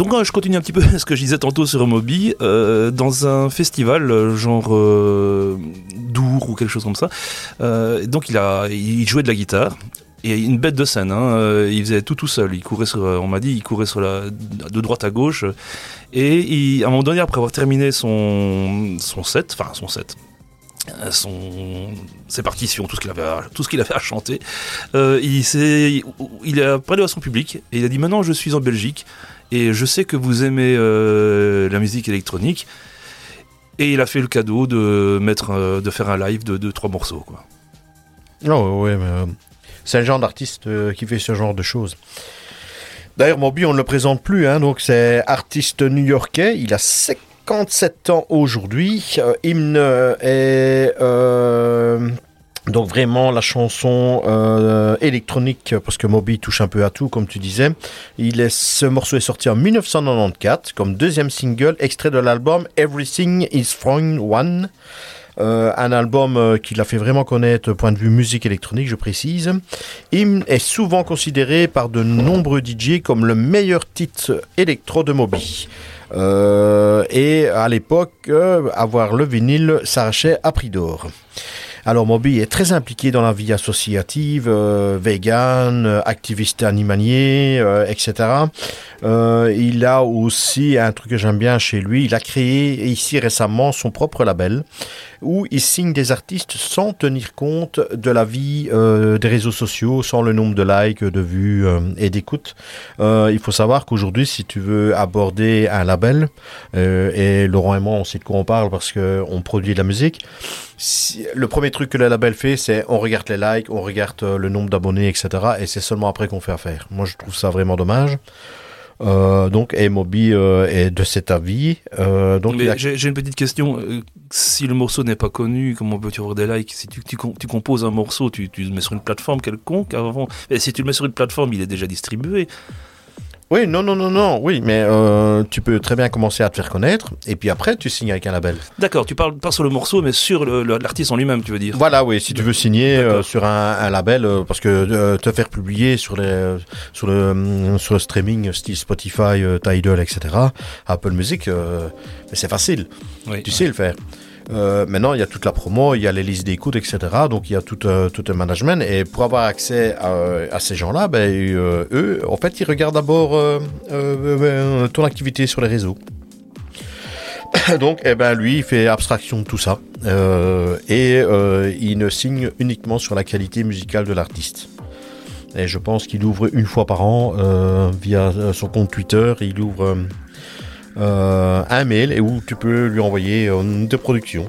S2: moi, je continue un petit peu ce que je disais tantôt sur Moby. Euh, dans un festival, genre euh, Dour ou quelque chose comme ça, euh, donc il, a, il jouait de la guitare. Et une bête de scène, hein. Il faisait tout tout seul. Il courait sur, on m'a dit, il courait sur la, de droite à gauche. Et il, à un moment donné, après avoir terminé son, son set, enfin son set, son, ses partitions, tout ce qu'il avait à, tout ce qu'il avait à chanter, euh, il, s'est, il a parlé à son public et il a dit maintenant je suis en Belgique et je sais que vous aimez euh, la musique électronique. Et il a fait le cadeau de mettre, de faire un live de deux trois morceaux, quoi.
S4: Oh ouais, mais euh, c'est le genre d'artiste euh, qui fait ce genre de choses. D'ailleurs, Moby, on ne le présente plus, hein, donc c'est artiste new-yorkais. Il a cinquante-sept ans aujourd'hui. Euh, hymne est euh, donc vraiment la chanson euh, électronique, parce que Moby touche un peu à tout, comme tu disais. Il est, ce morceau est sorti en dix-neuf cent quatre-vingt-quatorze comme deuxième single, extrait de l'album Everything is Fine One. Euh, un album euh, qui l'a fait vraiment connaître point de vue musique électronique, je précise. Hymn est souvent considéré par de nombreux D J comme le meilleur titre électro de Moby. Euh, et à l'époque, euh, avoir le vinyle s'arrachait à prix d'or. Alors Moby est très impliqué dans la vie associative, euh, vegan, euh, activiste animalier, euh, et cetera. Euh, il a aussi un truc que j'aime bien chez lui, il a créé ici récemment son propre label où il signe des artistes sans tenir compte de la vie euh, des réseaux sociaux, sans le nombre de likes, de vues euh, et d'écoutes. Euh, il faut savoir qu'aujourd'hui, si tu veux aborder un label, euh, et Laurent et moi, on sait de quoi on parle parce qu'on produit de la musique, si, le premier truc que le label fait, c'est on regarde les likes, on regarde euh, le nombre d'abonnés, et cetera. Et c'est seulement après qu'on fait affaire. Moi, je trouve ça vraiment dommage. Euh, donc, et Moby euh, est de cet avis. Euh, donc
S2: Mais
S4: il a...
S2: j'ai, j'ai une petite question. Euh, si le morceau n'est pas connu, comment peux-tu avoir des likes? Si tu, tu, tu composes un morceau, tu, tu le mets sur une plateforme quelconque avant. Et si tu le mets sur une plateforme, il est déjà distribué.
S4: Oui, non, non, non, non, oui, mais euh, tu peux très bien commencer à te faire connaître, et puis après, tu signes avec un label.
S2: D'accord, tu parles pas sur le morceau, mais sur le, le, l'artiste en lui-même, tu veux dire.
S4: Voilà, oui, si tu veux signer euh, sur un, un label, euh, parce que euh, te faire publier sur, les, sur, le, euh, sur le streaming, style Spotify, euh, Tidal, et cetera, Apple Music, euh, mais c'est facile,
S2: Oui,
S4: tu
S2: oui.
S4: sais le faire. Euh, maintenant, il y a toute la promo, il y a les listes d'écoute, et cetera. Donc, il y a tout, euh, tout un management. Et pour avoir accès à, à ces gens-là, ben, euh, eux, en fait, ils regardent d'abord euh, euh, euh, ton activité sur les réseaux. Donc, eh ben, lui, il fait abstraction de tout ça. Euh, et euh, il ne signe uniquement sur la qualité musicale de l'artiste. Et je pense qu'il ouvre une fois par an, euh, via son compte Twitter, il ouvre... Euh, Euh, un mail et où tu peux lui envoyer euh, des productions.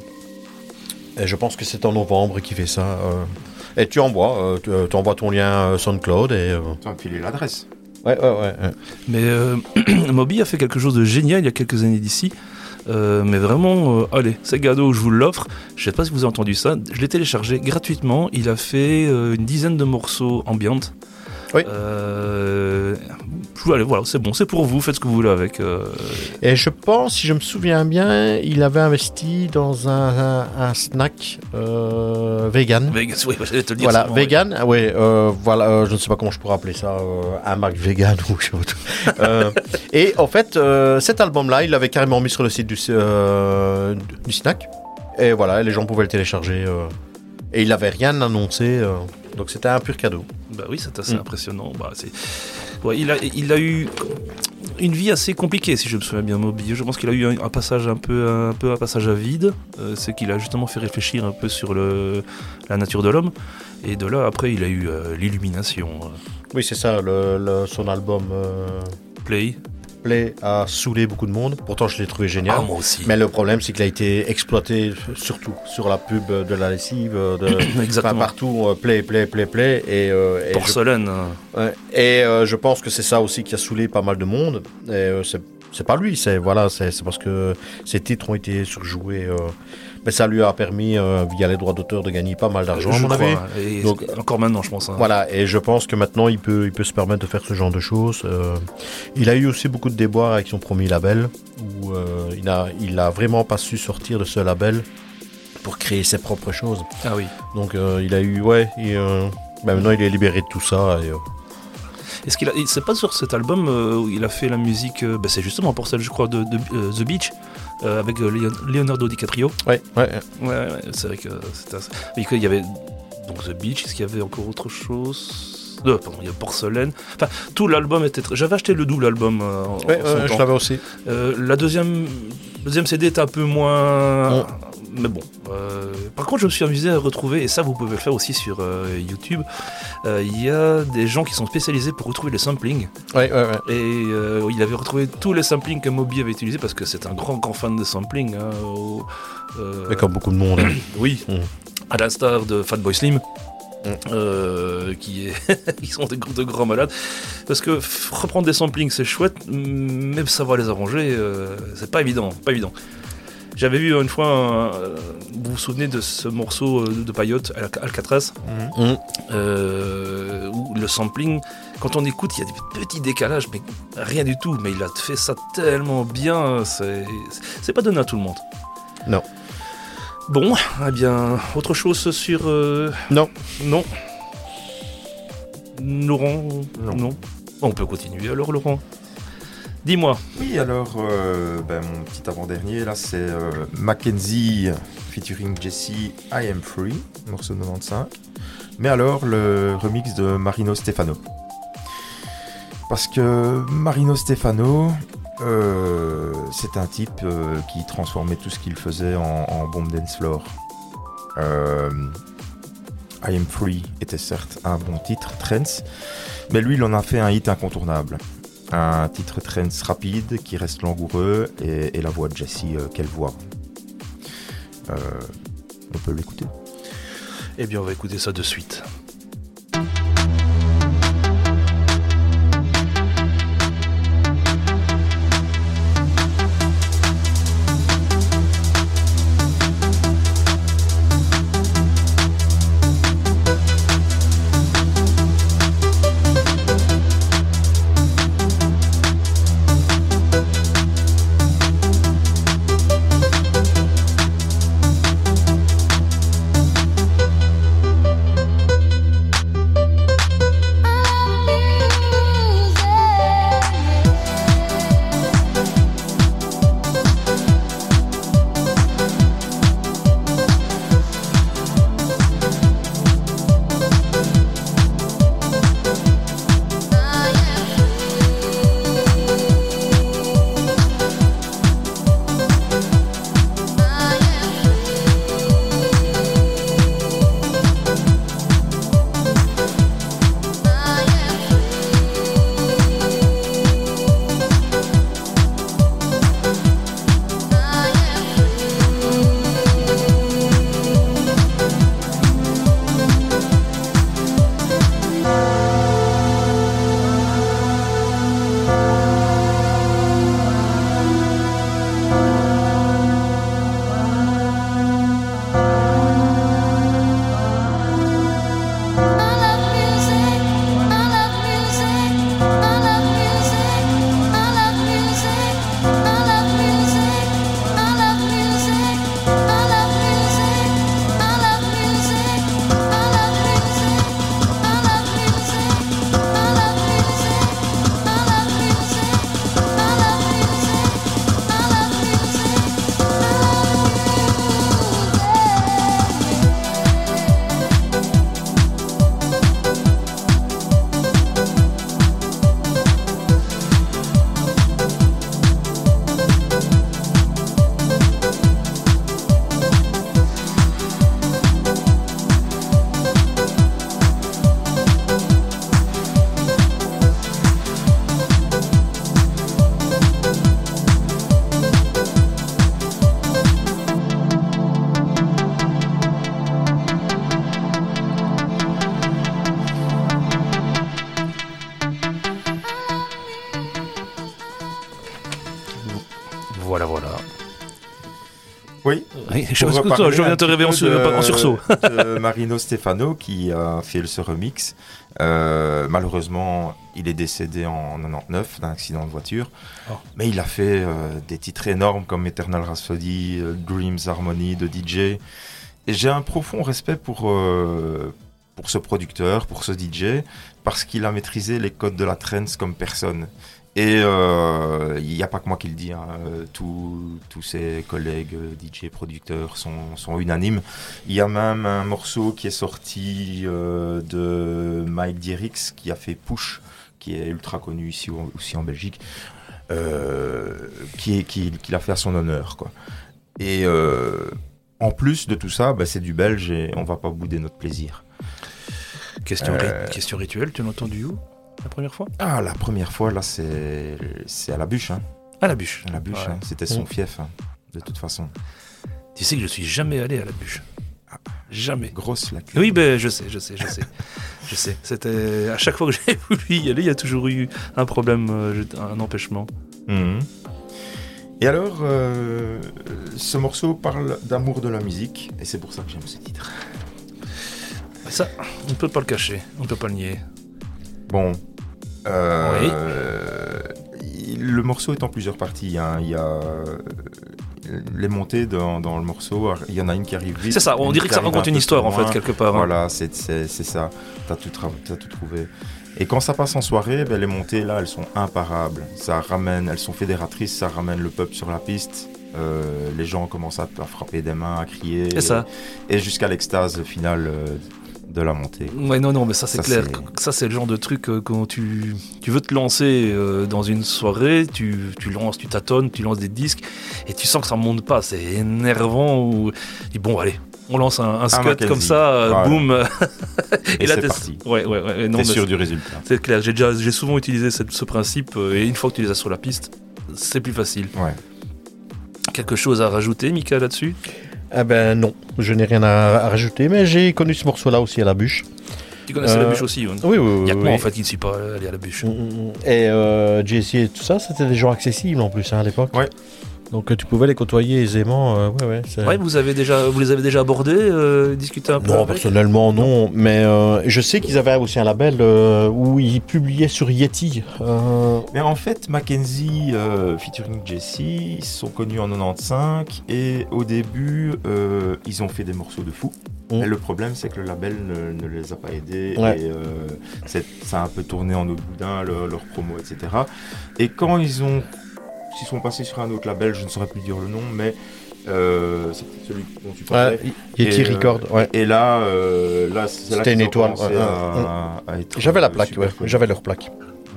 S4: Et je pense que c'est en novembre qu'il fait ça. Euh, et tu envoies, euh, tu envoies ton lien euh, SoundCloud et. Euh...
S3: Tu vas me filer l'adresse.
S4: Ouais, ouais, ouais. ouais.
S2: Mais euh, Moby a fait quelque chose de génial il y a quelques années d'ici. Euh, mais vraiment, euh, allez, c'est cadeau, je vous l'offre. Je sais pas si vous avez entendu ça. Je l'ai téléchargé gratuitement. Il a fait euh, une dizaine de morceaux ambient.
S4: Oui.
S2: Euh, allez, voilà, c'est bon, c'est pour vous, faites ce que vous voulez avec. Euh...
S4: Et je pense, si je me souviens bien, il avait investi dans un, un, un snack euh, vegan.
S2: Vegas, oui, j'allais te le dire.
S4: Voilà,
S2: sûrement,
S4: vegan, oui. ouais, euh, voilà, euh, je ne sais pas comment je pourrais appeler ça, euh, un Mac vegan ou autre. euh, et en fait, euh, cet album-là, il l'avait carrément mis sur le site du, euh, du snack. Et voilà, les gens pouvaient le télécharger. Euh, et il n'avait rien annoncé, euh, donc c'était un pur cadeau.
S2: Bah oui, c'est assez
S4: Mm.
S2: impressionnant. Bah, c'est... Ouais, il, a, il a eu une vie assez compliquée, si je me souviens bien, Moby. Je pense qu'il a eu un, un passage un peu, un peu un passage à vide. Euh, c'est qu'il a justement fait réfléchir un peu sur le, la nature de l'homme. Et de là, après, il a eu euh, l'illumination. Euh,
S4: Oui, c'est ça, le, le, son album euh,
S2: Play.
S4: Play a saoulé beaucoup de monde. Pourtant, je l'ai trouvé génial.
S2: Ah, moi aussi.
S4: Mais le problème, c'est qu'il a été exploité surtout sur la pub de la lessive, de,
S2: Exactement.
S4: enfin, partout, euh, play, play, play, play. Et, euh, et
S2: Porcelaine.
S4: je,
S2: hein.
S4: ouais, et euh, je pense que c'est ça aussi qui a saoulé pas mal de monde. Et euh, c'est, c'est pas lui, c'est, voilà, c'est, c'est parce que ces titres ont été surjoués. Euh, mais ça lui a permis, euh, via les droits d'auteur, de gagner pas mal d'argent, à
S2: Je
S4: mon
S2: crois,
S4: avis.
S2: hein. Et
S4: Donc,
S2: encore maintenant, je pense. Hein.
S4: Voilà, et je pense que maintenant il peut, il peut se permettre de faire ce genre de choses. Euh, il a eu aussi beaucoup de déboires avec son premier label, où euh, il a, il a vraiment pas su sortir de ce label pour créer ses propres choses.
S2: Ah oui.
S4: Donc euh, il a eu, ouais, et, euh, ben maintenant il est libéré de tout ça. Et, euh,
S2: Est-ce qu'il a, c'est pas sur cet album euh, où il a fait la musique, euh, bah c'est justement pour celle, je crois, de, de euh, The Beach, euh, avec euh, Leonardo DiCaprio.
S4: Ouais, ouais.
S2: Ouais, ouais, c'est vrai que c'était assez... Mais il y avait donc The Beach, est-ce qu'il y avait encore autre chose? Euh, pardon, il y a Porcelaine. Enfin, tout l'album était très... J'avais acheté le double album euh, en,
S4: Ouais,
S2: en son
S4: ouais,
S2: temps.
S4: je l'avais aussi.
S2: Euh, la deuxième, deuxième C D est un peu moins...
S4: Mm.
S2: Mais bon. Euh, par contre, je me suis amusé à retrouver, et ça vous pouvez le faire aussi sur euh, YouTube, euh, il y a des gens qui sont spécialisés pour retrouver les samplings.
S4: Ouais, ouais, ouais.
S2: Et euh, il avait retrouvé tous les samplings que Moby avait utilisés, parce que c'est un grand, grand fan de sampling. Hein, au, euh,
S4: Mais comme beaucoup de monde. Hein.
S2: Oui,
S4: Mm.
S2: à l'instar de Fatboy Slim.
S4: Mm.
S2: Euh, qui est ils sont des gros de grands malades parce que f- reprendre des samplings c'est chouette mais savoir les arranger euh, c'est pas évident pas évident. J'avais vu une fois un, euh, vous vous souvenez de ce morceau de Payotte Al- Alcatraz
S4: Mm.
S2: euh, où le sampling quand on écoute il y a des petits décalages mais rien du tout, mais il a fait ça tellement bien, c'est, c'est pas donné à tout le monde.
S4: Non.
S2: Bon, eh bien, autre chose sur... Euh...
S4: Non.
S2: Non. Laurent
S3: Non.
S2: Non. On peut continuer alors, Laurent. Dis-moi.
S3: Oui, alors, euh, ben, mon petit avant-dernier, là, c'est euh, Mackenzie featuring Jesse, I Am Free, morceau de quatre-vingt-quinze. Mais alors, le remix de Marino Stefano. Parce que Marino Stefano, euh, c'est un type euh, qui transformait tout ce qu'il faisait en, en bombe dance floor. Euh, I Am Free était certes un bon titre, trance, mais lui, il en a fait un hit incontournable. Un titre trance rapide qui reste langoureux et, et la voix de Jesse, euh, quelle voix. Euh, on peut l'écouter.
S2: Eh bien, on va écouter ça de suite. Voilà, voilà.
S3: Oui.
S2: Oui, je, je, je viens de te rêver en, sur, de, en sursaut.
S3: de Marino Stefano qui a fait ce remix. Euh, malheureusement, il est décédé en quatre-vingt-dix-neuf d'un accident de voiture. Oh. Mais il a fait euh, des titres énormes comme Eternal Rhapsody, euh, Dreams Harmony de D J. Et j'ai un profond respect pour, euh, pour ce producteur, pour ce D J, parce qu'il a maîtrisé les codes de la trance comme personne. Et il euh, n'y a pas que moi qui le dis, hein. Tous, tous ses collègues D J producteurs sont, sont unanimes. Il y a même un morceau qui est sorti euh, de Mike Dierix qui a fait Push, qui est ultra connu ici aussi en Belgique, euh, qui, est, qui, qui l'a fait à son honneur, quoi. Et euh, en plus de tout ça, bah, c'est du belge et on va pas bouder notre plaisir.
S2: Question,
S3: Euh,
S2: ri- question rituelle, tu l'as entendu où la première fois?
S3: Ah, la première fois, là, c'est, c'est à la bûche, hein.
S2: À la bûche.
S3: À la bûche,
S2: Ouais.
S3: hein. C'était son
S4: Mmh.
S3: fief, hein, de toute façon.
S2: Tu sais que je suis jamais allé à la bûche. Jamais.
S3: Grosse la
S2: Oui, ben je sais, je sais, je sais. je sais. C'était à chaque fois que j'ai voulu y aller, il y a toujours eu un problème, euh, un empêchement.
S3: Mhm. Et alors, euh, ce morceau parle d'amour de la musique, et c'est pour ça que j'aime ce titre.
S2: Ça, on ne peut pas le cacher, on ne peut pas le nier.
S3: Bon, euh, il- le morceau est en plusieurs parties, hein. Il y a euh, les montées dans, dans le morceau, il y en a une qui arrive vite.
S2: C'est ça, on
S3: une
S2: dirait
S3: qui
S2: que ça
S3: arrive
S2: raconte
S3: un
S2: une
S3: peu
S2: histoire
S3: plus
S2: en fait,
S3: loin.
S2: quelque part. hein.
S3: Voilà, c'est, c'est, c'est ça, t'as tout, tra- t'as tout trouvé. Et quand ça passe en soirée, ben, les montées là, elles sont imparables. Ça ramène, elles sont fédératrices, ça ramène le peuple sur la piste. Euh, les gens commencent à, à frapper des mains, à crier.
S2: C'est ça.
S3: Et jusqu'à l'extase finale euh, de la montée.
S2: Ouais, non, non, mais ça c'est
S3: Ça,
S2: clair.
S3: c'est-
S2: Ça c'est le genre de truc euh, quand tu, tu veux te lancer euh, dans une soirée, tu, tu lances, tu tâtonnes, tu lances des disques et tu sens que ça monte pas. C'est énervant. Ou... Tu dis, bon, allez, on lance un, un scud
S3: Mackenzie.
S2: comme ça, euh,
S3: Voilà.
S2: boum.
S3: Et c'est
S2: t'es-
S3: parti.
S2: Ouais, ouais, ouais. Non,
S3: T'es
S2: mais
S3: sûr
S2: c'est-
S3: du résultat.
S2: c'est clair. J'ai déjà, j'ai souvent utilisé cette- ce principe euh, et une fois que tu les as sur la piste, c'est plus facile.
S3: Ouais.
S2: Quelque chose à rajouter, Mika, là-dessus?
S4: Ah ben non, je n'ai rien à, à rajouter, mais j'ai connu ce morceau-là aussi à la bûche.
S2: Tu connaissais la
S4: Euh,
S2: bûche aussi, hein.
S4: Oui, oui,
S2: Il
S4: oui.
S2: y a que
S4: oui.
S2: moi en fait qui ne suis pas allé à la bûche.
S4: Mm, mm. Et euh, J C et tout ça, c'était des gens accessibles en plus hein, à l'époque.
S3: Ouais.
S4: Donc euh, tu pouvais les côtoyer aisément. euh, ouais, ouais, c'est-
S2: Ouais, vous avez déjà, vous les avez déjà abordés, euh, discuté un peu
S4: Non,
S2: avec
S4: personnellement non, mais euh, je sais qu'ils avaient aussi un label euh, où ils publiaient sur Yeti. Euh,
S3: Mais en fait, Mackenzie euh, featuring Jesse, ils sont connus en quatre-vingt-quinze et au début, euh, ils ont fait des morceaux de fou.
S4: Mm.
S3: Et le problème, c'est que le label ne, ne les a pas aidés
S4: Ouais.
S3: et euh, c'est- ça a un peu tourné en eau de boudin, leur, leur promo, et cetera. Et quand ils ont, s'ils sont passés sur un autre label, je ne saurais plus dire le nom, mais euh, c'est peut-être celui dont tu parlais.
S4: ouais, Yeti
S3: Et, euh,
S4: Record, ouais.
S3: Et là, euh, là c'est là
S4: C'était
S3: qu'ils
S4: une
S3: ont
S4: étoile,
S3: commencé
S4: ouais,
S3: à, à être,
S4: J'avais la
S3: euh,
S4: plaque,
S3: super
S4: ouais.
S3: connus.
S4: J'avais leur plaque.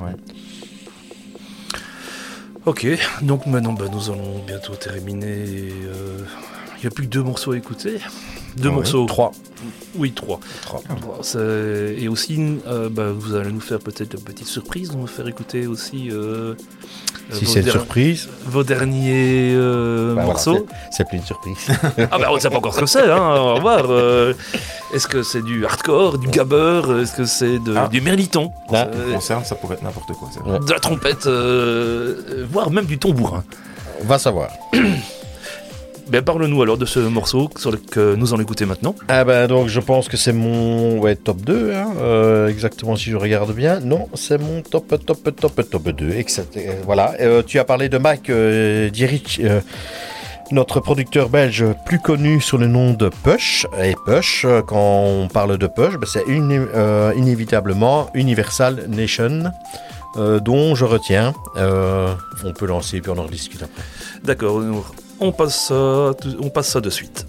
S2: Ok, donc maintenant bah, nous allons bientôt terminer. euh, Il n'y a plus que deux morceaux à écouter. Deux
S3: Ouais.
S2: morceaux.
S4: Trois.
S2: Oui, trois.
S4: Trois.
S2: Bon, c'est- Et aussi, euh, bah, vous allez nous faire peut-être une petite surprise, nous faire écouter aussi euh,
S4: Si
S2: vos,
S4: c'est une
S2: der-
S4: surprise,
S2: vos derniers euh,
S4: bah, voilà,
S2: morceaux.
S4: c'est- c'est plus une surprise.
S2: Ah bah on ne sait pas encore ce que c'est, hein, on va voir. euh, Est-ce que c'est du hardcore, du gabber, est-ce que c'est de-
S3: Ah.
S2: du merliton,
S4: Ah.
S2: euh,
S3: Me concerne, ça pourrait être n'importe quoi. c'est vrai.
S4: Ouais.
S2: de la trompette, euh, euh, voire même du tambourin.
S4: On va savoir.
S2: Ben, parle-nous alors de ce morceau sur le que nous allons écouter maintenant.
S4: Ah ben donc je pense que c'est mon ouais, top deux, hein, euh, exactement si je regarde bien. Non, c'est mon top, top, top, top deux. Exact, euh, voilà, Euh, tu as parlé de Mac euh, Dierich, euh, notre producteur belge plus connu sous le nom de Push. Et Push, euh, quand on parle de Push, ben, c'est une, euh, inévitablement Universal Nation. euh, dont je retiens. Euh, on peut lancer puis on en rediscute après.
S2: D'accord, on passe ça, on passe ça de suite.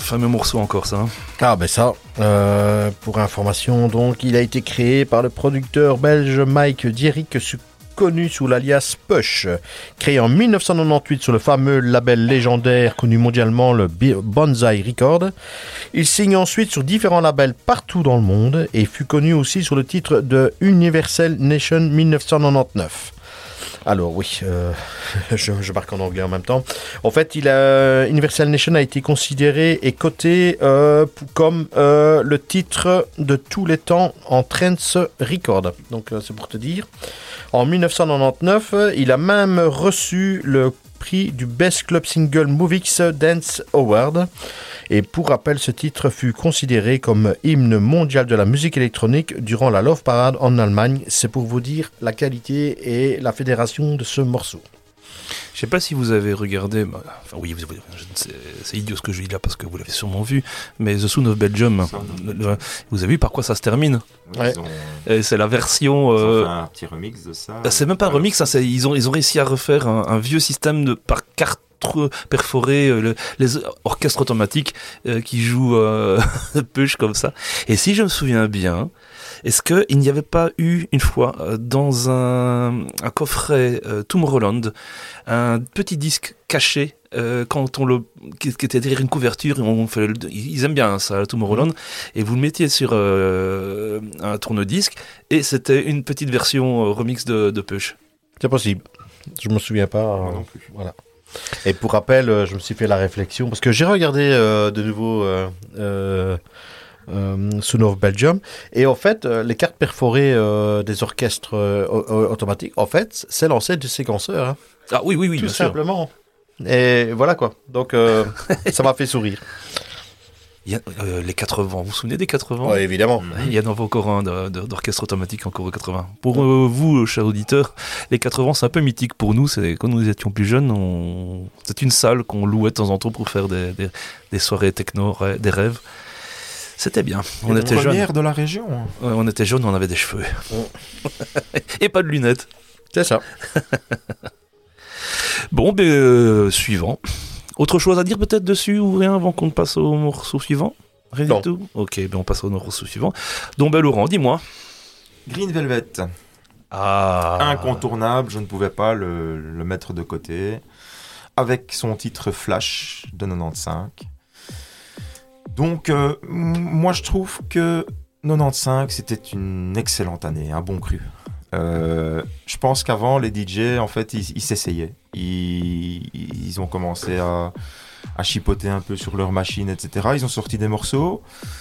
S2: fameux morceau encore, ça. Hein.
S4: Ah ben ça, euh, pour information, donc, il a été créé par le producteur belge Mike Dierijk, connu sous l'alias Push, créé en dix-neuf cent quatre-vingt-dix-huit sur le fameux label légendaire connu mondialement, le Banzai Records. Il signe ensuite sur différents labels partout dans le monde et fut connu aussi sur le titre de Universal Nation dix-neuf cent quatre-vingt-dix-neuf. Alors oui, euh, je, je marque en anglais en même temps. En fait, il a, Universal Nation a été considéré et coté euh, comme euh, le titre de tous les temps en Trance Record. Donc euh, c'est pour te dire. En dix-neuf cent quatre-vingt-dix-neuf, il a même reçu le prix du Best Club Single Movix Dance Award. Et pour rappel, ce titre fut considéré comme hymne mondial de la musique électronique durant la Love Parade en Allemagne. C'est pour vous dire la qualité et la fédération de ce morceau.
S2: Je sais pas si vous avez regardé, bah, enfin oui, vous, c'est, c'est idiot ce que je dis là parce que vous l'avez sûrement vu, mais The Sound of Belgium, le, vous avez vu par quoi ça se termine?
S4: Ouais.
S3: Ont...
S2: Et c'est la version.
S3: Ils
S2: euh...
S3: ont fait un petit remix de ça.
S2: C'est même pas un remix, hein, c'est, ils, ont, ils ont réussi à refaire un, un vieux système de par carte perforé, euh, le, les orchestres automatiques euh, qui jouent euh, push comme ça. Et si je me souviens bien, est-ce qu'il n'y avait pas eu une fois euh, dans un, un coffret euh, Tomorrowland un petit disque caché euh, quand on le qui, qui était derrière une couverture, on fait le, ils aiment bien ça, Tomorrowland, mmh. et vous le mettiez sur euh, un tourne-disque et c'était une petite version euh, remix de, de push.
S4: C'est possible. Je me souviens pas.
S3: Moi non plus.
S4: Voilà. Et pour rappel, euh, je me suis fait la réflexion, parce que j'ai regardé euh, de nouveau euh, euh, euh, Sound of Belgium, et en fait, euh, les cartes perforées euh, des orchestres euh, automatiques, en fait, c'est l'ancêtre du séquenceur. Hein.
S2: Ah oui, oui, oui,
S4: tout
S2: bien
S4: simplement. Sûr. Et voilà quoi. Donc, euh, ça m'a fait sourire.
S2: Il y a, euh, les quatre-vingts, vous vous souvenez des quatre-vingts?
S4: Oui, évidemment.
S2: Il y en avait encore un de, de, d'orchestre automatique encore aux quatre-vingts. Pour euh, vous, chers auditeurs, les quatre-vingts, c'est un peu mythique pour nous. C'est, quand nous étions plus jeunes, on... c'est une salle qu'on louait de temps en temps pour faire des, des, des soirées techno, des rêves. C'était bien. On
S3: une
S2: était jeunes.
S3: Première de la région.
S2: Ouais, on était jeunes, on avait des cheveux. Et pas de lunettes.
S4: C'est ça.
S2: Bon, ben, euh, suivant. Autre chose à dire peut-être dessus ou rien avant qu'on passe au morceau suivant? Rien
S4: non.
S2: du tout. Ok, ben on passe au morceau suivant. Donc ben Laurent, dis-moi.
S3: Green Velvet.
S2: Ah.
S3: Incontournable, je ne pouvais pas le, le mettre de côté. Avec son titre Flash de quatre-vingt-quinze. Donc, euh, moi je trouve que quatre-vingt-quinze c'était une excellente année, un bon cru. Euh, je pense qu'avant, les D J, en fait, ils, ils s'essayaient. Ils, ils ont commencé à, à chipoter un peu sur leur machine, et cetera. Ils ont sorti des morceaux.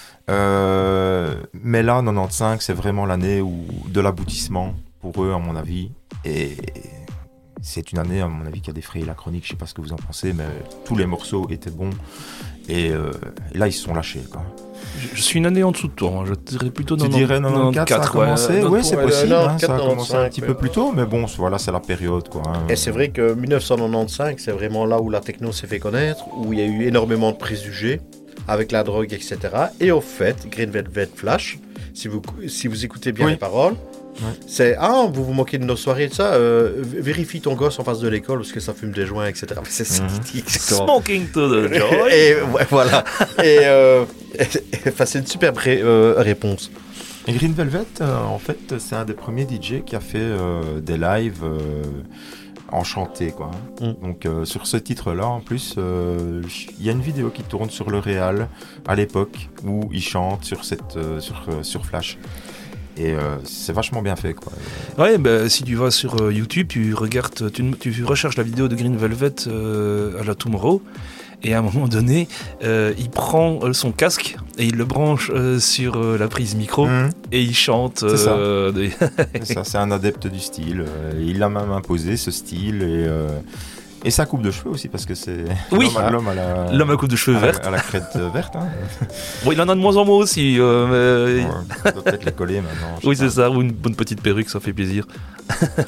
S3: Euh, mais là, quatre-vingt-quinze, c'est vraiment l'année où, de l'aboutissement pour eux, à mon avis. Et c'est une année, à mon avis, qui a défrayé la chronique. Je ne sais pas ce que vous en pensez, mais tous les morceaux étaient bons. Et euh, là, ils se sont lâchés, quoi.
S2: Je suis une année en dessous de toi, hein. Je dirais plutôt
S3: tu dirais quatre-vingt-quatorze, ça a commencé.
S2: Ouais,
S3: ouais, c'est possible, hein, ça a commencé un petit
S4: ouais.
S3: peu plus tôt, mais bon, voilà, c'est la période, quoi. Hein.
S4: Et c'est vrai que dix-neuf cent quatre-vingt-quinze, c'est vraiment là où la techno s'est fait connaître, où il y a eu énormément de préjugés avec la drogue, et cetera. Et au fait, Green Velvet Flash, si vous, si vous écoutez bien
S3: oui.
S4: les paroles,
S3: ouais.
S4: c'est « Ah, vous vous moquez de nos soirées, de ça euh, vérifie ton gosse en face de l'école parce que ça fume des joints, et cetera » C'est ce
S3: mm-hmm.
S4: qu'il dit, exactement.
S2: Smoking to the joy.
S4: Et ouais, voilà. Et, euh, et, et c'est une superbe ré, euh, réponse.
S3: Et Green Velvet, euh, en fait, c'est un des premiers D J qui a fait euh, des lives euh, enchantés, quoi. Mm. Donc, euh, sur ce titre-là, en plus, il euh, y a une vidéo qui tourne sur le Real à l'époque où il chante sur, cette, euh, sur, euh, sur Flash. Et euh, c'est vachement bien fait, quoi.
S2: Ouais, bah, si tu vas sur euh, YouTube, tu regardes, tu, tu recherches la vidéo de Green Velvet euh, à la Tomorrow, et à un moment donné, euh, il prend euh, son casque et il le branche euh, sur euh, la prise micro mmh. et il chante.
S3: C'est
S2: euh,
S3: ça.
S2: Des...
S3: c'est ça. C'est un adepte du style. Euh, il a même imposé ce style et. Euh... Et sa coupe de cheveux aussi, parce que c'est
S2: oui.
S3: l'homme, à, l'homme à la...
S2: L'homme à coupe de cheveux
S3: à
S2: verte.
S3: La, à la crête verte. Hein.
S2: Bon, il en a de moins en moins aussi. Euh, mais...
S3: ouais, on doit peut-être les coller maintenant.
S2: Oui,
S3: pas.
S2: c'est ça, ou une bonne petite perruque, ça fait plaisir.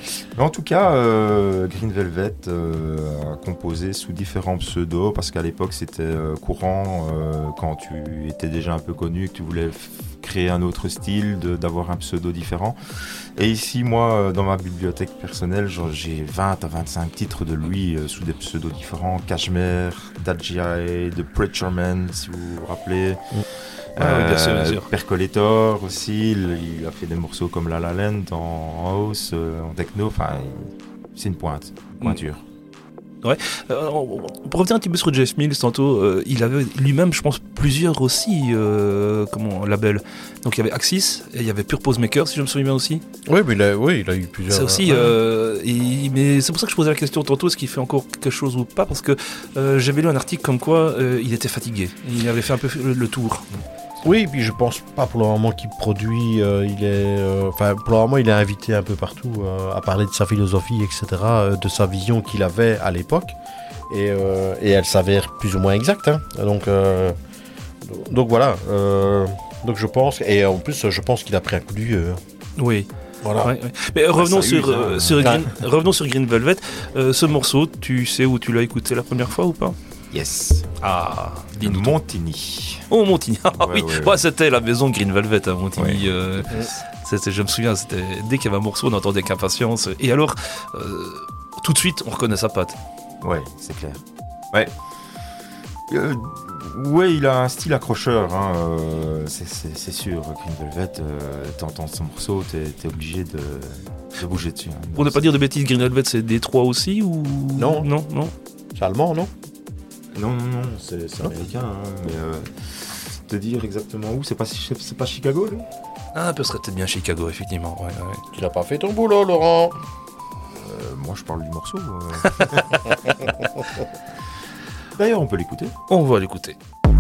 S3: Mais en tout cas, euh, Green Velvet euh, a composé sous différents pseudos parce qu'à l'époque c'était euh, courant euh, quand tu étais déjà un peu connu, que tu voulais f- créer un autre style, de, d'avoir un pseudo différent. Et ici, moi, dans ma bibliothèque personnelle, genre, j'ai vingt à vingt-cinq titres de lui euh, sous des pseudos différents. Cashmere, Dadjiae, The Preacher Man, si vous vous rappelez.
S2: Mm. Ah, oui, bien sûr, bien sûr.
S3: Percolator aussi, il, il a fait des morceaux comme La La Land en house, euh, en techno, enfin, il- c'est une pointe, une pointure.
S2: Ouais. Euh, on- on- pour revenir un petit peu sur Jeff Mills, tantôt, euh, il avait lui-même, je pense, plusieurs aussi euh, comment, labels. Donc il y avait Axis, et il y avait Purpose Maker, si je me souviens bien aussi.
S4: Oui, mais il a, oui, il a eu plusieurs.
S2: C'est aussi, euh, et- mais c'est pour ça que je posais la question tantôt, est-ce qu'il fait encore quelque chose ou pas, parce que euh, j'avais lu un article comme quoi euh, il était fatigué. Il avait fait un peu le, le tour.
S4: Oui, puis je pense pas pour le moment qu'il produit. euh, il est, euh, enfin, pour le moment, il est invité un peu partout euh, à parler de sa philosophie, et cetera, euh, de sa vision qu'il avait à l'époque, et, euh, et elle s'avère plus ou moins exacte. Hein. Donc, euh, donc voilà. euh, donc je pense, et en plus, je pense qu'il a pris un coup de vieux.
S2: Oui.
S4: Voilà.
S2: Ouais, ouais. Mais revenons,
S3: ça
S2: sur,
S3: use,
S2: euh,
S3: hein.
S2: sur Green, revenons sur Green Velvet. Euh, ce morceau, tu sais où tu l'as écouté la première fois ou pas?
S3: Yes.
S2: Ah,
S3: De
S2: dis-nous.
S3: Montigny.
S2: Oh, Montigny. Ah
S3: Ouais,
S2: oui,
S3: ouais, ouais.
S2: Ouais, c'était la maison Green Velvet à Montigny.
S3: Ouais.
S2: euh, c'était, je me souviens, c'était, dès qu'il y avait un morceau, on entendait qu'impatience. Et alors, euh, tout de suite, on reconnaît sa patte.
S3: Ouais, c'est clair. Ouais. Euh, ouais, il a un style accrocheur, hein, euh, c'est, c'est, c'est sûr. Green Velvet, euh, t'entends son morceau, t'es, t'es obligé de, de bouger dessus. Hein.
S2: Pour ne pas dire de bêtises, Green Velvet, c'est Détroit aussi ou
S4: Non.
S2: Non, non.
S4: C'est allemand, non?
S3: Non, non, non, c'est, c'est américain. Hein, mais euh, te dire exactement où, c'est pas, c'est pas Chicago, lui
S2: Ah, ce serait peut-être bien Chicago, effectivement. Ouais, ouais.
S4: Tu n'as pas fait ton boulot, Laurent.
S3: euh, Moi, je parle du morceau. euh. D'ailleurs, on peut l'écouter.
S2: On va l'écouter.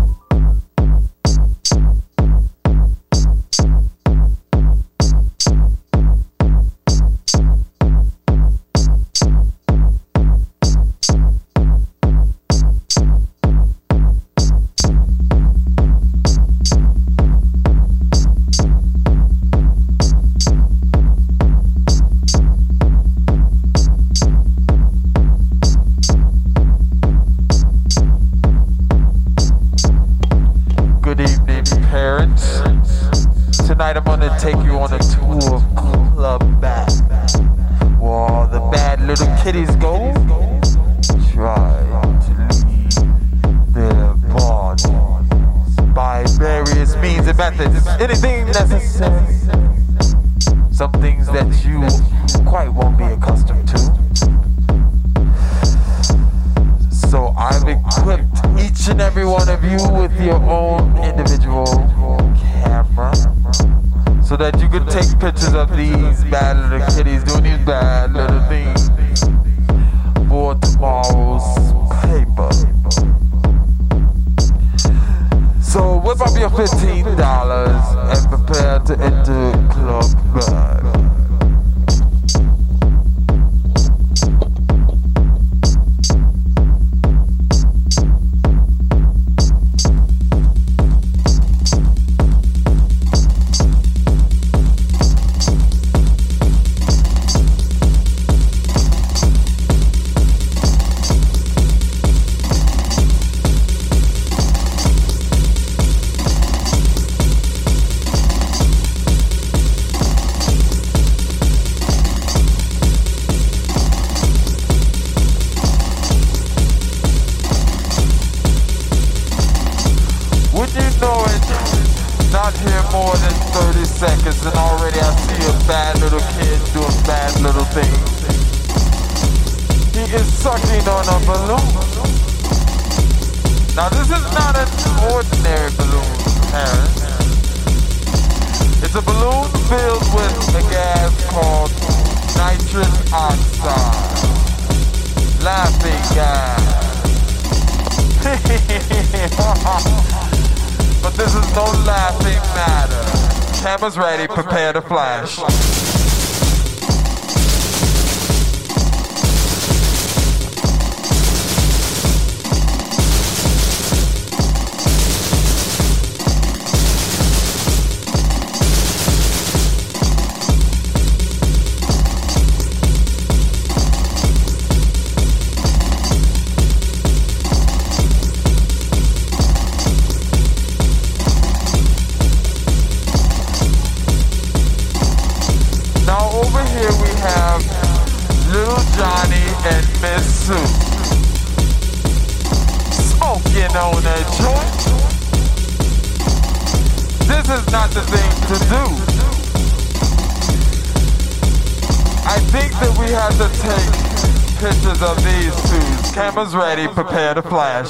S1: Good evening, parents. Tonight I'm gonna take you on a tour of Club Bad, where all the bad little kitties go. Try to leave their bodies by various means and methods. Anything necessary. Some things that you quite won't be accustomed to. So I've equipped each and every one of you with your own individual camera, so that you can take pictures of these bad little kitties doing these bad little things for tomorrow's paper. So whip up your fifteen dollars and prepare to enter Club Bad. Would you know it? Not here more than thirty seconds and already I see a bad little kid doing bad little things. He is sucking on a balloon. Now this is not an ordinary balloon, parents. It's a balloon filled with a gas called nitrous oxide. Laughing gas. But this is no laughing matter. Cameras ready, prepare to flash. Johnny and Miss Sue. Smoking on a joint. This is not the thing to do. I think that we have to take pictures of these two. Cameras ready, prepare to flash.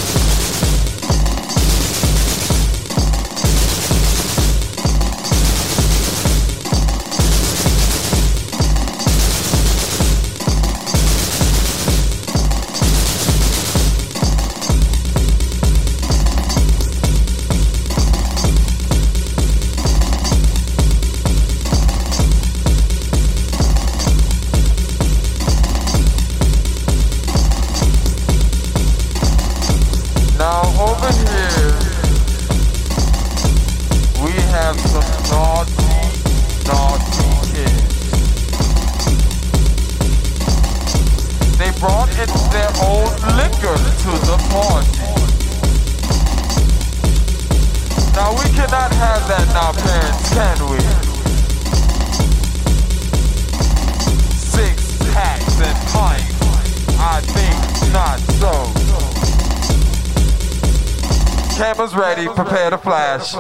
S1: Ready, prepare to flash.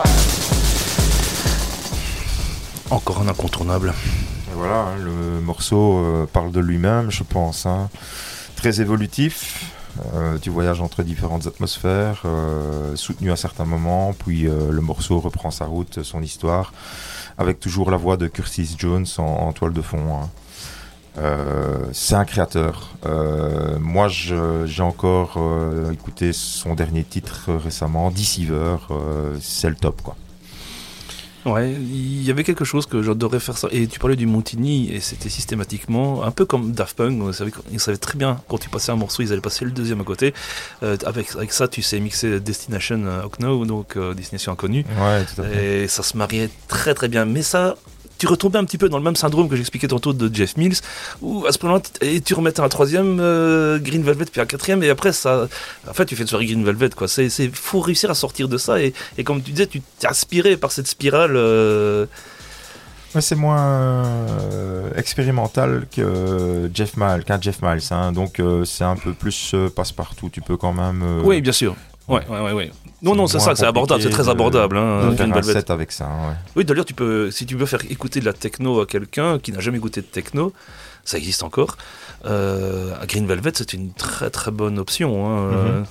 S2: Encore un incontournable.
S3: Et voilà, hein, le morceau euh, parle de lui-même, je pense. Hein. Très évolutif, euh, du voyage entre différentes atmosphères, euh, soutenu à certains moments, puis euh, le morceau reprend sa route, son histoire, avec toujours la voix de Curtis Jones en, en toile de fond. Hein. Euh, c'est un créateur. Euh, moi, je, j'ai encore euh, écouté son dernier titre euh, récemment, Deceiver. Euh, c'est le top, quoi.
S2: Ouais, il y avait quelque chose que j'adorais faire ça. Et tu parlais du Montigny, et c'était systématiquement un peu comme Daft Punk. Ils savaient, ils savaient très bien quand tu passais un morceau, ils allaient passer le deuxième à côté. Euh, avec, avec ça, tu sais mixer Destination Unknown, donc euh, Destination Inconnue.
S3: Ouais, tout à fait.
S2: Et ça se mariait très très bien. Mais ça. Tu retombais un petit peu dans le même syndrome que j'expliquais tantôt de Jeff Mills, où à ce moment-là, et tu remettais un troisième euh, Green Velvet, puis un quatrième, et après, ça, en fait, tu fais une soirée Green Velvet, quoi. C'est, c'est, faut réussir à sortir de ça, et, et comme tu disais, tu t'es aspiré par cette spirale. Euh...
S3: Ouais, c'est moins euh, expérimental que Jeff Miles, qu'un Jeff Miles, hein. Donc euh, c'est un peu plus euh, passe-partout. Tu peux quand même. Euh...
S2: Oui, bien sûr. Ouais, ouais, ouais, ouais. Non, non, c'est ça, c'est abordable, c'est très abordable. Hein,
S3: de faire un set avec ça, ouais.
S2: Oui, d'ailleurs, tu peux, si tu veux faire écouter de la techno à quelqu'un qui n'a jamais goûté de techno, ça existe encore. Euh, à Green Velvet, c'est une très très bonne option. Hein. Mm-hmm.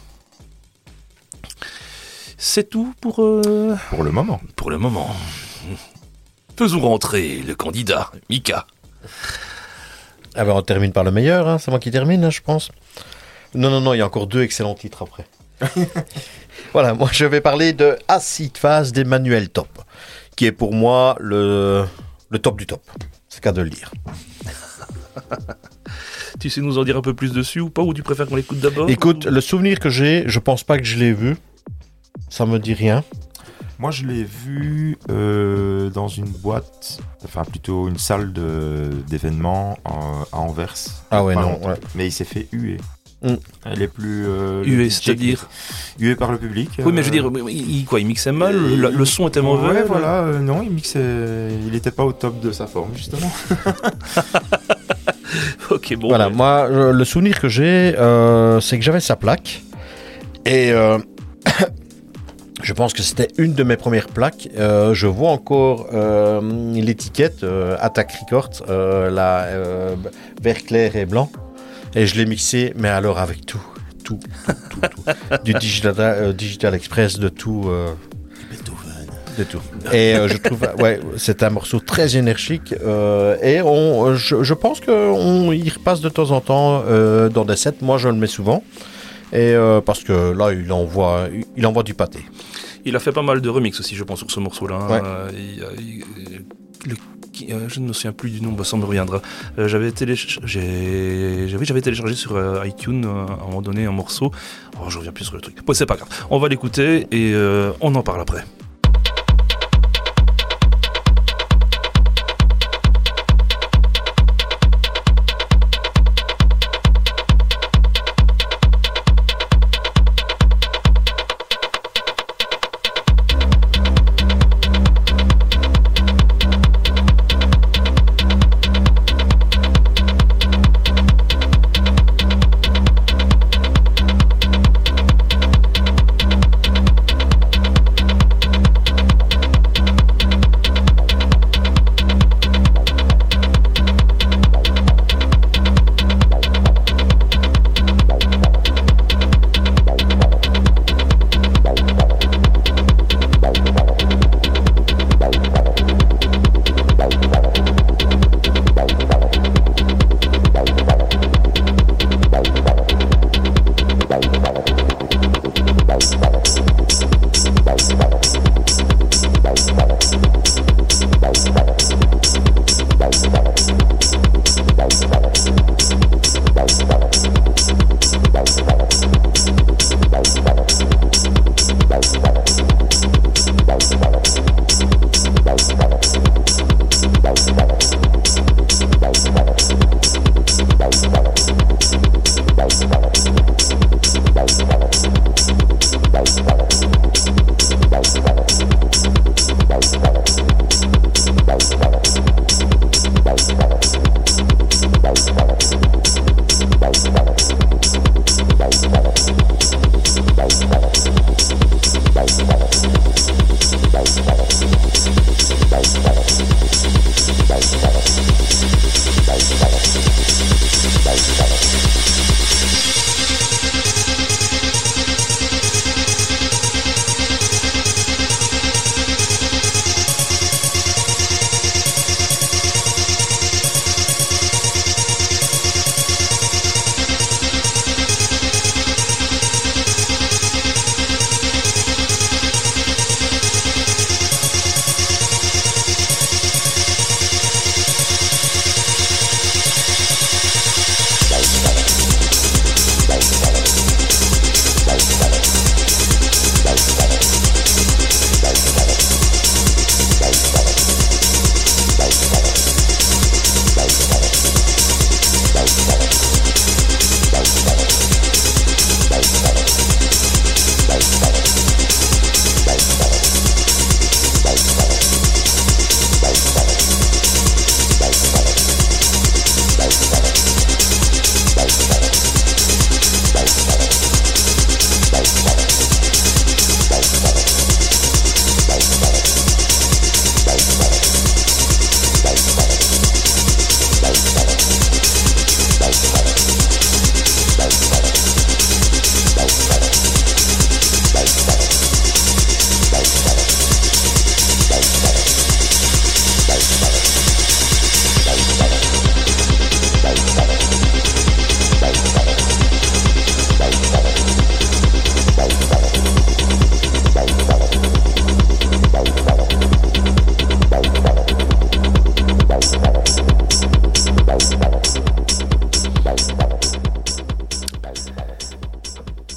S2: C'est tout pour. Euh...
S3: Pour le moment.
S2: Pour le moment. Faisons rentrer le candidat, Mika.
S4: Ah ben, on termine par le meilleur, hein. C'est moi qui termine, hein, je pense. Non, non, non, il y a encore deux excellents titres après. Voilà, moi je vais parler de Acid Phase d'Emmanuel Top, qui est pour moi le, le top du top. C'est le cas de le dire.
S2: Tu sais nous en dire un peu plus dessus ou pas, ou tu préfères qu'on l'écoute d'abord?
S4: Écoute,
S2: ou...
S4: le souvenir que j'ai, je pense pas que je l'ai vu. Ça me dit rien.
S3: Moi je l'ai vu euh, dans une boîte, enfin plutôt une salle de, d'événements en, à Anvers.
S4: Ah ouais, non. Ouais.
S3: Mais il s'est fait huer.
S4: Mm.
S3: Elle est plus euh,
S2: hué, c'est-à-dire
S3: hué par le public.
S2: Oui, mais je veux dire, il, quoi, il mixait mal, il, le, le son était mauvais.
S3: Ouais, voilà, euh, non, il mixait, il n'était pas au top de sa forme justement.
S2: Ok, bon.
S4: Voilà,
S2: ouais.
S4: moi, euh, le souvenir que j'ai, euh, c'est que j'avais sa plaque et euh, je pense que c'était une de mes premières plaques. Euh, je vois encore euh, l'étiquette euh, Attack Records, euh, la euh, vert clair et blanc. Et je l'ai mixé, mais alors avec tout, tout, tout, tout, tout. Du Digital, euh, Digital Express, de tout. Euh, de tout. Et euh, je trouve, ouais, c'est un morceau très énergique. Euh, et on, je, je pense qu'on y repasse de temps en temps euh, dans des sets. Moi, je le mets souvent. Et euh, parce que là, il envoie, il envoie du pâté.
S2: Il a fait pas mal de remix aussi, je pense, sur ce morceau-là. Hein.
S4: Ouais.
S2: Euh, il, il, le, euh, je ne me souviens plus du nom, bah, ça me reviendra. Euh, j'avais, téléch- j'ai, j'avais, j'avais téléchargé sur euh, iTunes euh, à un moment donné un morceau. Oh, je reviens plus sur le truc. Bon, c'est pas grave. On va l'écouter et euh, on en parle après.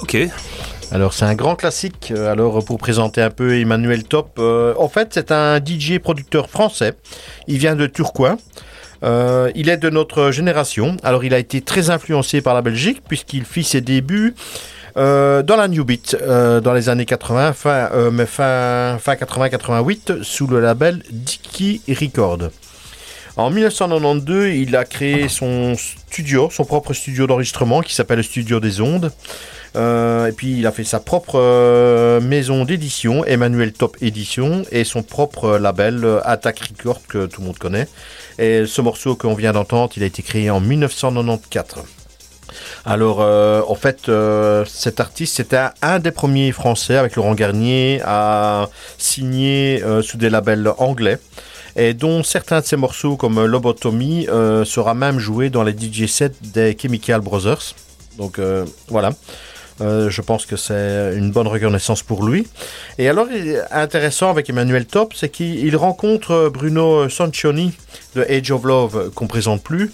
S2: Ok.
S4: Alors c'est un grand classique. Alors pour présenter un peu Emmanuel Top, euh, en fait c'est un D J producteur français. Il vient de Tourcoing. Euh, il est de notre génération. Alors il a été très influencé par la Belgique puisqu'il fit ses débuts euh, dans la New Beat euh, dans les années quatre-vingts, fin, euh, mais fin, fin quatre-vingts quatre-vingt-huit sous le label Dicky Records. En dix-neuf cent quatre-vingt-douze, il a créé son studio, son propre studio d'enregistrement qui s'appelle le Studio des Ondes. Euh, et puis il a fait sa propre euh, maison d'édition, Emmanuel Top Édition, et son propre label euh, Attack Records que tout le monde connaît. Et ce morceau qu'on vient d'entendre, il a été créé en dix-neuf cent quatre-vingt-quatorze. Alors euh, en fait, euh, cet artiste c'était un, un des premiers Français avec Laurent Garnier à signer euh, sous des labels anglais. Et dont certains de ses morceaux comme Lobotomy euh, sera même joué dans les D J sets des Chemical Brothers. Donc euh, voilà. Euh, je pense que c'est une bonne reconnaissance pour lui. Et alors, intéressant avec Emmanuel Top, c'est qu'il rencontre Bruno Sancioni de Age of Love, qu'on présente plus.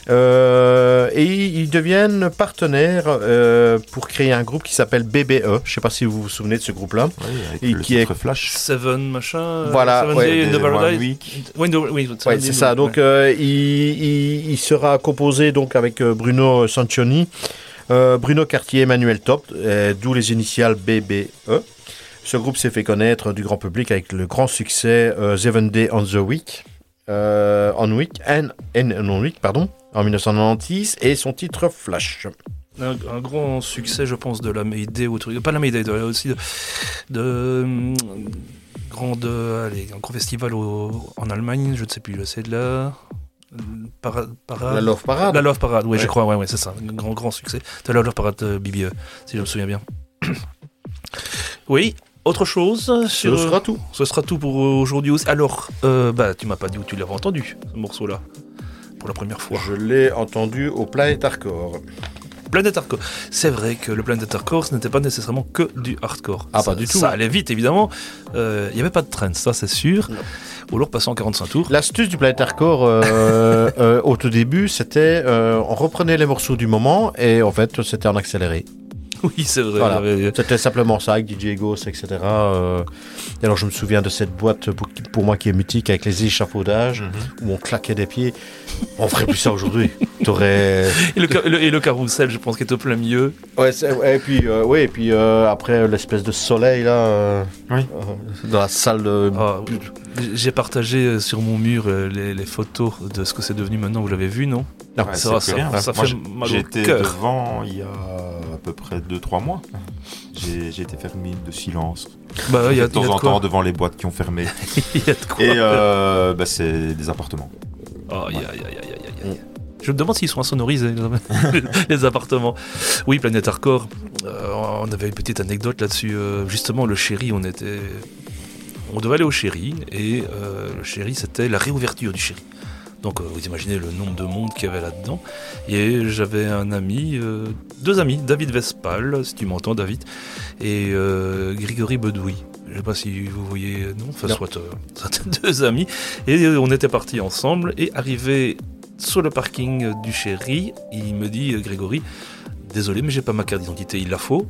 S4: Euh, et ils deviennent partenaires euh, pour créer un groupe qui s'appelle B B E. Je ne sais pas si vous vous souvenez de ce groupe-là.
S3: Oui, avec
S4: et
S3: le
S4: qui est
S3: Flash.
S2: Seven, machin.
S4: Voilà,
S2: Seven
S4: ouais,
S2: Day in
S3: des
S2: the Paradise.
S3: Week.
S2: Oui, no, oui,
S4: Ouais, c'est ça. Donc, euh, il, il, il sera composé donc avec Bruno Sancioni, euh, Bruno Cartier, Emmanuel Top, euh, d'où les initiales B B E. Ce groupe s'est fait connaître du grand public avec le grand succès euh, Seven Day on the Week, euh, on Week, and, and on Week, pardon, en dix-neuf cent quatre-vingt-dix, et son titre Flash.
S2: Un, un grand succès, je pense, de la Mayday, ou pas la Mayday, de, aussi de, de euh, grande, allez, un grand festival au, en Allemagne, je ne sais plus, c'est de la para, para,
S4: la Love Parade.
S2: La Love Parade, oui,
S4: ouais.
S2: je crois, ouais, ouais, c'est ça, un grand, grand succès de la Love Parade de B B E, si je me souviens bien. Oui. Autre chose
S4: Ce sera tout.
S2: Ce sera tout pour aujourd'hui aussi. Alors, euh, bah, tu m'as pas dit où tu l'avais entendu, ce morceau-là, pour la première fois.
S4: Je l'ai entendu au Planet Hardcore.
S2: Planet Hardcore. C'est vrai que le Planet Hardcore, ce n'était pas nécessairement que du hardcore.
S4: Ah,
S2: ça,
S4: pas du tout.
S2: Ça allait vite, évidemment. Il euh, n'y avait pas de trend, ça c'est sûr. Non. Ou alors passer en quarante-cinq tours.
S4: L'astuce du Planet Hardcore, euh, euh, au tout début, c'était euh, on reprenait les morceaux du moment et en fait, c'était en accéléré.
S2: Oui, c'est vrai.
S4: Voilà.
S2: avait...
S4: C'était simplement ça avec D J Egos, et cetera. Euh, et alors, je me souviens de cette boîte pour, pour moi qui est mythique avec les échafaudages mm-hmm. où on claquait des pieds. On ferait plus ça aujourd'hui. T'aurais...
S2: Et, le, et, le, et le carrousel, je pense, qui est au plein milieu.
S4: Ouais, c'est, ouais et puis, euh, ouais, et puis euh, après l'espèce de soleil là, euh,
S3: oui.
S4: euh, dans la salle de.
S2: Ah, j'ai partagé sur mon mur les, les photos de ce que c'est devenu maintenant. Vous l'avez vu, non?
S3: Non, ouais, ça, ça, rien, ça
S2: moi,
S3: fait mal au
S2: j'étais
S3: cœur. Devant il y a à peu près deux trois mois. J'ai, j'ai été faire une minute de silence.
S2: Bah, il y a
S3: de temps en temps devant les boîtes qui ont fermé.
S2: Il y a de quoi.
S3: Et euh, bah, c'est des appartements.
S2: Oh, aïe, aïe, aïe, aïe, aïe, aïe. Je me demande s'ils sont insonorisés, les appartements. Oui, Planet Hardcore. Euh, on avait une petite anecdote là-dessus. Euh, justement, le Chéri, on était... On devait aller au Chéri, et euh, le Chéri, c'était la réouverture du Chéri. Donc, euh, vous imaginez le nombre de monde qu'il y avait là-dedans. Et j'avais un ami, euh, deux amis, David Vespal, si tu m'entends, David, et euh, Grégory Bedoui. Je ne sais pas si vous voyez, non, enfin, non. Soit, euh, soit deux amis. Et euh, on était partis ensemble, et arrivé sur le parking du Chéri, il me dit, Grégory, désolé, mais j'ai pas ma carte d'identité, il la faut.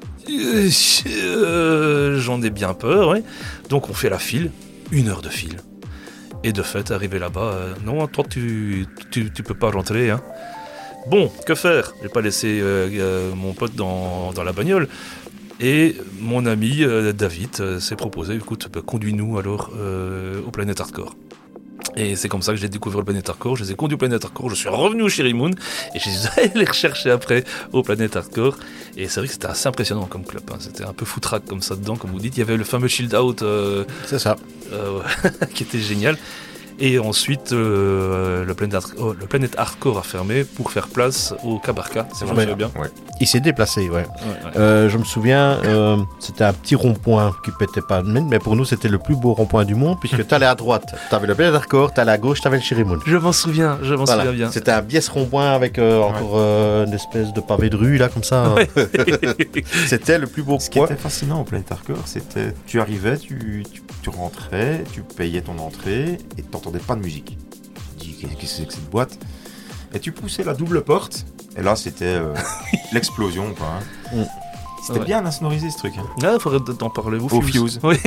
S2: Euh, j'en ai bien peur, ouais. Donc on fait la file, une heure de file. Et de fait, arrivé là-bas, euh, non, toi tu, tu, tu peux pas rentrer, hein. Bon, que faire? J'ai pas laissé euh, euh, mon pote dans, dans la bagnole. Et mon ami euh, David euh, s'est proposé, écoute, bah, conduis-nous alors euh, au Planet Hardcore. Et c'est comme ça que j'ai découvert le Planet Hardcore. Je les ai conduits au Planet Hardcore. Je suis revenu au Cherry Moon et je suis allé les rechercher après au Planet Hardcore. Et c'est vrai que c'était assez impressionnant comme club. Hein. C'était un peu foutraque comme ça dedans, comme vous dites. Il y avait le fameux Shield Out, euh,
S4: c'est ça,
S2: euh, qui était génial. Et ensuite, euh, le, Planet Hard- oh, le Planet Hardcore a fermé pour faire place au Kabarka. Si je me souviens bien.
S4: Ouais. Il s'est déplacé, ouais. ouais,
S2: ouais.
S4: Euh, je me souviens, euh, c'était un petit rond-point qui pétait pas de mine, mais pour nous, c'était le plus beau rond-point du monde, puisque t'allais à droite, t'avais le Planet Hardcore, t'allais à gauche, t'avais le Cherry Moon.
S2: Je m'en souviens, je m'en voilà. souviens bien.
S4: C'était un biais rond-point avec euh, encore ouais. euh, une espèce de pavé de rue, là, comme ça. Ouais. C'était le plus beau.
S3: Ce qui était fascinant au Planet Hardcore, c'était, tu arrivais, tu, tu, tu rentrais, tu payais ton entrée, et t'entendais pas de musique. Tu te dis, qu'est-ce que c'est que cette boîte? Et tu poussais la double porte, et là, c'était euh, l'explosion, quoi. Hein. Mm. C'était
S2: Ouais.
S3: bien insonorisé ce truc. Hein.
S2: Ah, il faudrait peut-être en parler au
S3: Au
S2: Fuse.
S3: Fuse.
S2: Oui.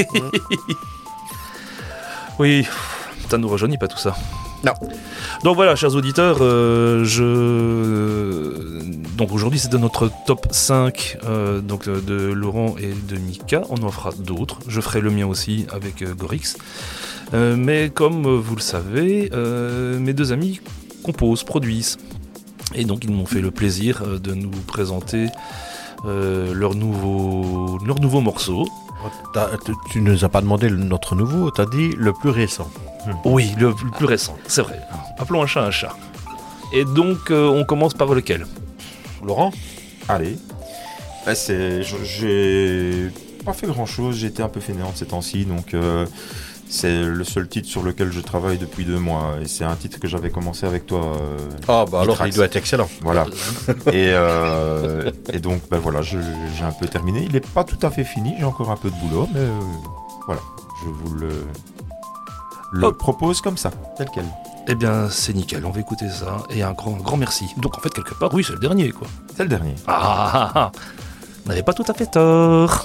S2: Oui, ça ne nous rajeunit pas tout ça.
S4: Non.
S2: Donc voilà, chers auditeurs, euh, je... donc aujourd'hui c'était notre top cinq euh, donc, euh, de Laurent et de Mika. On en fera d'autres. Je ferai le mien aussi avec euh, Gorix. Euh, mais comme euh, vous le savez, euh, mes deux amis composent, produisent. Et donc ils m'ont fait le plaisir euh, de nous présenter euh, leur, nouveau, leur nouveau morceau.
S4: T'as- tu- Tu ne nous as pas demandé le- notre nouveau, tu as dit le plus récent.
S2: Oui, le, le plus récent, c'est vrai. Appelons un chat un chat. Et donc, euh, on commence par lequel?
S4: Laurent?
S3: Allez. Bah, c'est, je- j'ai pas fait grand chose, j'ai été un peu fainéant ces temps-ci, donc euh, c'est le seul titre sur lequel je travaille depuis deux mois. Et c'est un titre que j'avais commencé avec toi. euh,
S4: Ah bah alors
S3: Mitrax.
S4: il doit être excellent.
S3: Voilà. et, euh, et donc, ben voilà, je- j'ai un peu terminé. Il n'est pas tout à fait fini, j'ai encore un peu de boulot, mais euh, voilà, je vous le, le
S2: Hop.
S3: propose comme ça, tel quel.
S2: Eh bien, c'est nickel, on va écouter ça. Et un grand, grand merci. Donc, en fait, quelque part, oui, c'est le dernier, quoi.
S3: C'est le dernier.
S2: Ah, ah, ah, ah. On n'avait pas tout à fait tort.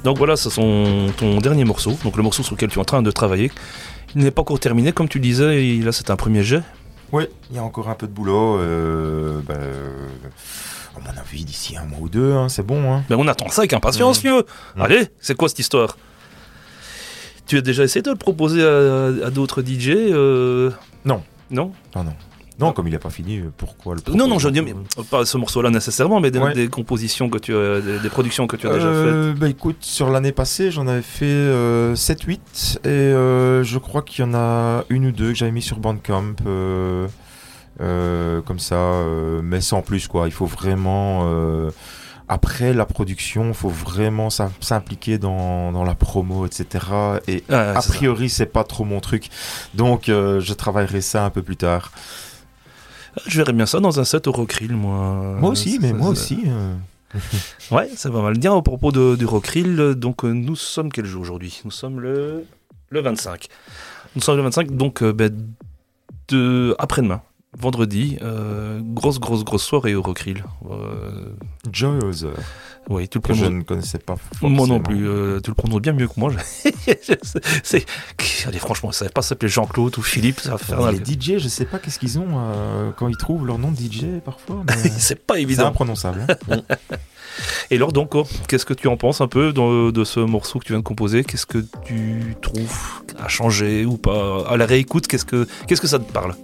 S2: Donc voilà, c'est son, ton dernier morceau, donc le morceau sur lequel tu es en train de travailler. Il n'est pas encore terminé, comme tu disais, et là c'est un premier jet.
S3: Oui, il y a encore un peu de boulot. Euh, bah, euh, à mon avis, d'ici un mois ou deux, hein, c'est bon. Hein.
S2: Ben on attend ça avec impatience,
S3: Mmh.
S2: vieux.
S3: Mmh.
S2: Allez, c'est quoi cette histoire? Tu as déjà essayé de le proposer à, à d'autres D J euh...
S3: Non.
S2: Non
S3: Non, non. Non, comme il n'est pas fini, pourquoi le proposer?
S2: Non, non, je dis pas ce morceau-là nécessairement, mais des,
S3: Ouais.
S2: des compositions que tu as, des, des productions que tu as
S3: euh,
S2: déjà faites.
S3: Bah écoute, sur l'année passée, j'en avais fait euh, sept huit et euh, je crois qu'il y en a une ou deux que j'avais mis sur Bandcamp. Euh, euh, comme ça, euh, mais sans plus, quoi. Il faut vraiment. Euh, après la production, il faut vraiment s'im- s'impliquer dans, dans la promo, et cetera. Et
S2: Ah,
S3: a
S2: c'est
S3: priori, c'est pas trop mon truc. Donc, euh, je travaillerai ça un peu plus tard.
S2: ça. Je verrais bien ça dans un set Eurocryl, moi.
S3: Moi aussi,
S2: Ça,
S3: mais
S2: ça,
S3: moi
S2: ça-
S3: aussi. euh,
S2: Ouais, c'est pas mal. Bien, au propos de, du Eurocryl, donc euh, nous sommes quel jour aujourd'hui? Nous sommes le, le vingt-cinq. Nous sommes le vingt-cinq, donc euh, ben, de... après-demain. Vendredi, euh, grosse, grosse, grosse soirée Eurocryl. Euh,
S3: Joyeuse.
S2: oui, tu le
S3: Que je
S2: prononces.
S3: ne connaissais pas forcément.
S2: Moi non plus, euh, tu le prononces bien mieux que moi. c'est, c'est... Allez, franchement, ça ne savait pas s'appeler Jean-Claude ou Philippe, ça va faire
S3: Les
S2: mal.
S3: D J, je sais pas qu'est-ce qu'ils ont euh, quand ils trouvent leur nom de D J parfois. Mais
S2: C'est pas
S3: c'est
S2: évident.
S3: imprononçable. Hein.
S2: Et alors, donc, oh, qu'est-ce que tu en penses un peu de, de ce morceau que tu viens de composer? Qu'est-ce que tu trouves à changer ou pas? À la réécoute, qu'est-ce que, qu'est-ce que ça te parle?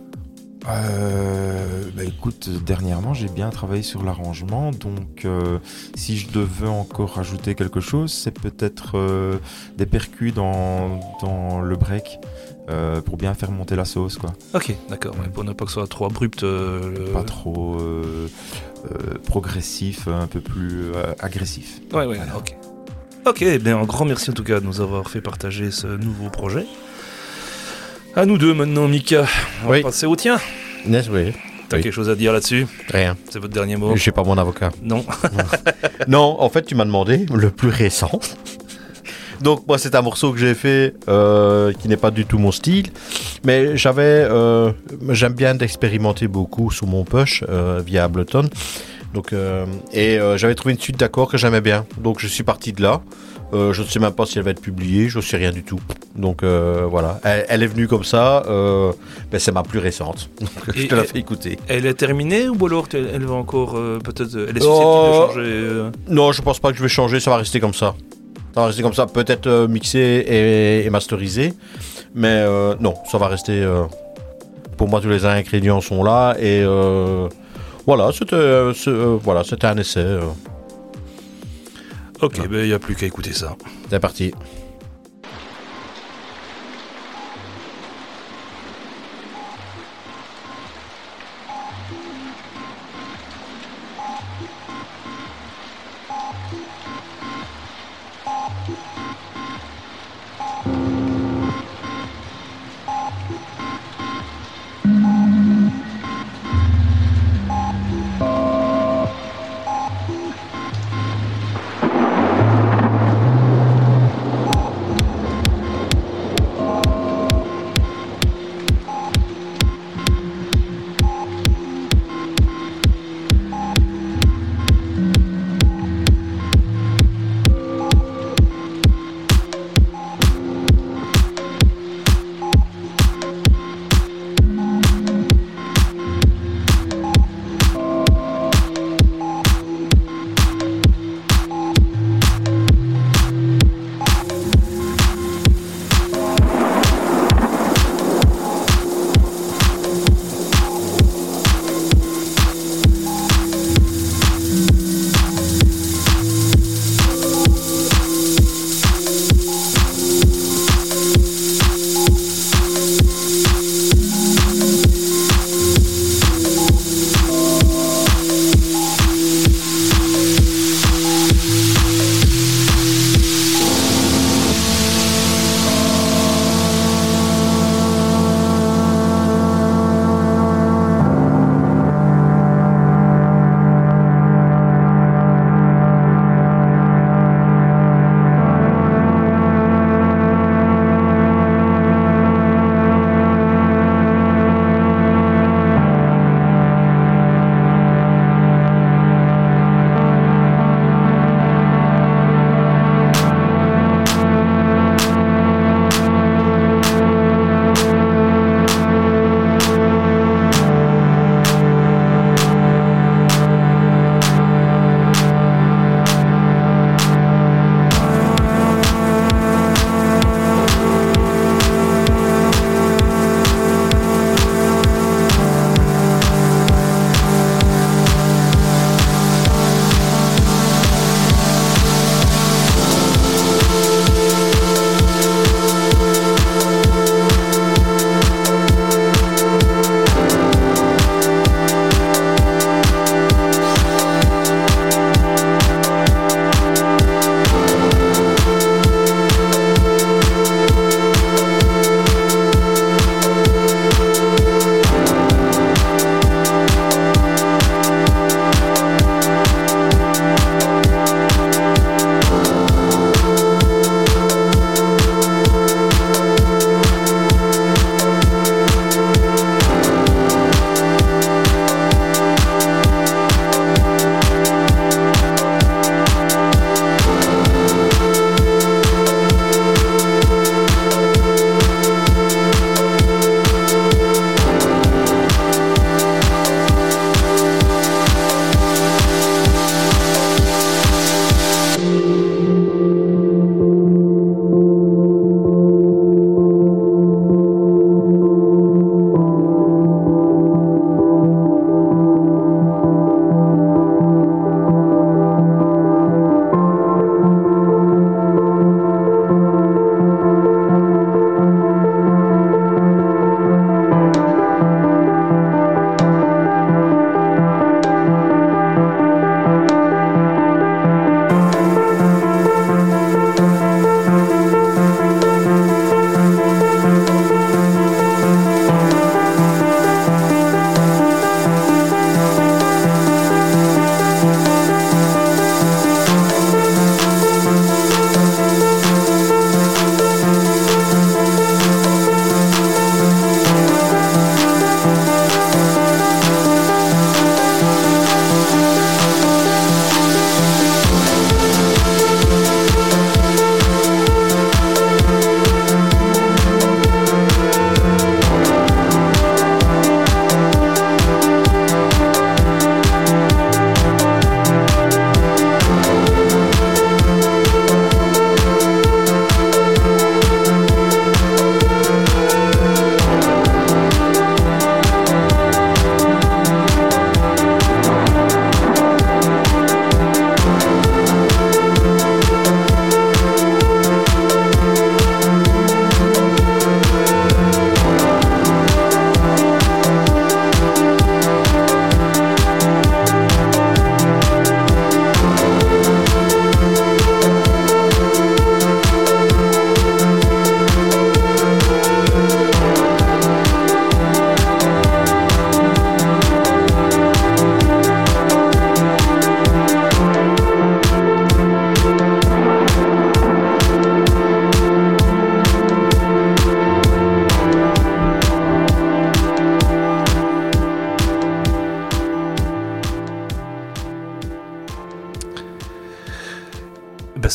S3: Euh, bah écoute, dernièrement j'ai bien travaillé sur l'arrangement, donc euh, si je devais encore rajouter quelque chose, c'est peut-être euh, des percus dans, dans le break euh, pour bien faire monter la sauce, quoi.
S2: Ok, d'accord, ouais, pour ne pas que ce soit trop abrupt. euh, le-
S3: Pas trop euh, euh, progressif, un peu plus euh, agressif.
S2: Ouais, ouais,
S3: Voilà.
S2: ok. Ok, eh bien, un grand merci en tout cas de nous avoir fait partager ce nouveau projet. À nous deux maintenant, Mika. On
S4: Oui.
S2: va passer au tien.
S4: N'est- oui.
S2: T'as
S4: Oui.
S2: quelque chose à dire là-dessus?
S4: Rien.
S2: C'est votre dernier mot?
S4: Je suis pas mon avocat.
S2: Non.
S4: Non, en fait, tu m'as demandé le plus récent. Donc, moi, c'est un morceau que j'ai fait euh, qui n'est pas du tout mon style. Mais j'avais. Euh, j'aime bien d'expérimenter beaucoup sous mon push euh, via Ableton. Donc, euh, et euh, j'avais trouvé une suite d'accords que j'aimais bien. Donc, je suis parti de là. Euh, je ne sais même pas si elle va être publiée. Je ne sais rien du tout. Donc, euh, voilà. Elle, elle est venue comme ça. Euh, mais c'est ma plus récente. Donc, je
S2: Et-
S4: te la
S2: et-
S4: fais écouter.
S2: Elle est terminée ou alors elle, elle va encore euh, peut-être. Elle est susceptible
S4: Oh.
S2: de changer euh,
S4: Non, je pense pas que je vais changer, ça va rester comme ça. Ça va rester comme ça, peut-être euh, mixé et, et masterisé, mais euh, non, ça va rester. euh, pour moi, tous les ingrédients sont là et euh, voilà, c'était, euh, c'est, euh, voilà, c'était un essai. euh.
S2: Ok, il n'y a plus qu'à écouter ça.
S4: C'est parti.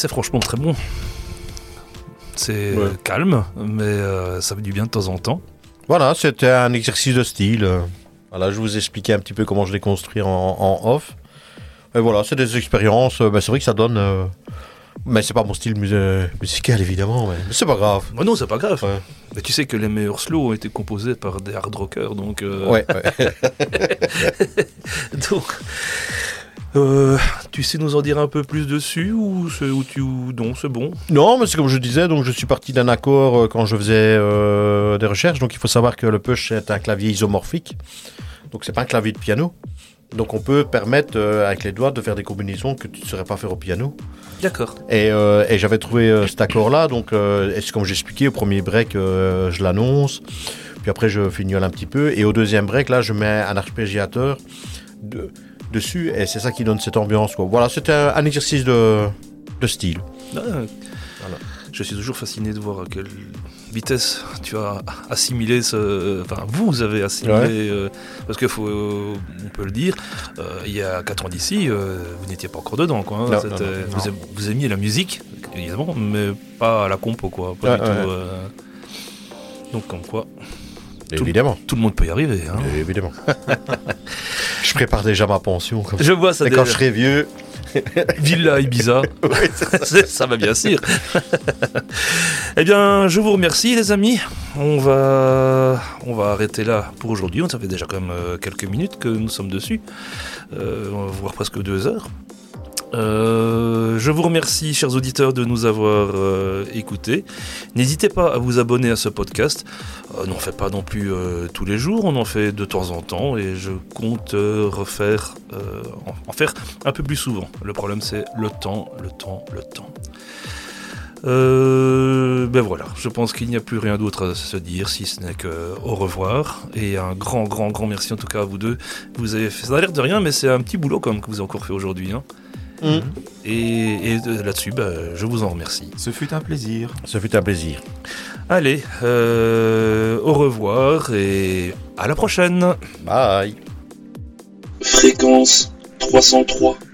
S2: c'est franchement très bon. C'est
S4: Ouais.
S2: calme, mais euh, ça fait du bien de temps en temps.
S4: Voilà, c'était un exercice de style. Voilà, je vous expliquais un petit peu comment je l'ai construit en, en off. Et voilà, c'est des expériences. Ben, c'est vrai que ça donne. Euh... Mais c'est pas mon style mus- musical, évidemment. Mais, mais c'est pas grave.
S2: Bah non, c'est pas grave.
S4: Ouais.
S2: Mais tu sais que les meilleurs slows ont été composés par des hard rockers, donc. Euh...
S4: Ouais, ouais.
S2: donc. Euh, tu sais nous en dire un peu plus dessus ou, c'est, ou tu ou non c'est bon.
S4: Non, mais c'est comme je disais, donc je suis parti d'un accord euh, quand je faisais euh, des recherches. Donc il faut savoir que le push est un clavier isomorphique. Donc c'est pas un clavier de piano. Donc on peut permettre euh, avec les doigts de faire des combinaisons que tu ne saurais pas faire au piano.
S2: D'accord.
S4: Et, euh, et j'avais trouvé euh, cet accord-là. Donc euh, et c'est comme j'expliquais au premier break, euh, je l'annonce. Puis après je fignole un petit peu. Et au deuxième break, là, je mets un arpégiateur de, dessus. Et c'est ça qui donne cette ambiance, quoi. Voilà, c'était un, un exercice de, de style.
S2: Ah,
S4: Voilà.
S2: Je suis toujours fasciné de voir à quelle vitesse tu as assimilé ce. Enfin, vous avez assimilé.
S4: Ouais.
S2: Euh, parce qu'il faut. Euh, on peut le dire, euh, il y a quatre ans d'ici, euh, vous n'étiez pas encore dedans, quoi. Hein.
S4: Non,
S2: C'était-
S4: non, non,
S2: vous, aim- vous aimiez la musique, évidemment, mais pas à la compo, quoi. Pas
S4: Ouais,
S2: du
S4: ouais.
S2: tout. euh, Donc, comme quoi, Tout-
S4: Évidemment.
S2: tout le monde peut y arriver. Hein.
S4: Évidemment. Je prépare déjà ma pension. Comme ça.
S2: Je vois ça
S4: Et quand
S2: déjà.
S4: je serai vieux.
S2: Villa Ibiza. C'est- ça va bien sûr. Eh bien, je vous remercie les amis. On va, on va arrêter là pour aujourd'hui. Ça fait déjà quand même euh, quelques minutes que nous sommes dessus, euh, voire presque deux heures. Euh, je vous remercie, chers auditeurs, de nous avoir euh, écoutés. N'hésitez pas à vous abonner à ce podcast. Euh, on n'en fait pas non plus euh, tous les jours, on en fait de temps en temps et je compte euh, refaire, euh, en, en faire un peu plus souvent. Le problème, c'est le temps, le temps, le temps. Euh, ben voilà, je pense qu'il n'y a plus rien d'autre à se dire si ce n'est que au revoir et un grand, grand, grand merci en tout cas à vous deux. Vous avez fait, ça a l'air de rien, mais c'est un petit boulot quand même que vous avez encore fait aujourd'hui. Hein.
S4: Mm.
S2: Et, et de- là-dessus, ben, je vous en remercie.
S3: Ce fut un plaisir.
S4: Ça fut un plaisir.
S2: Allez, euh, au revoir et à la prochaine.
S4: Bye.
S5: Fréquence trois cent trois.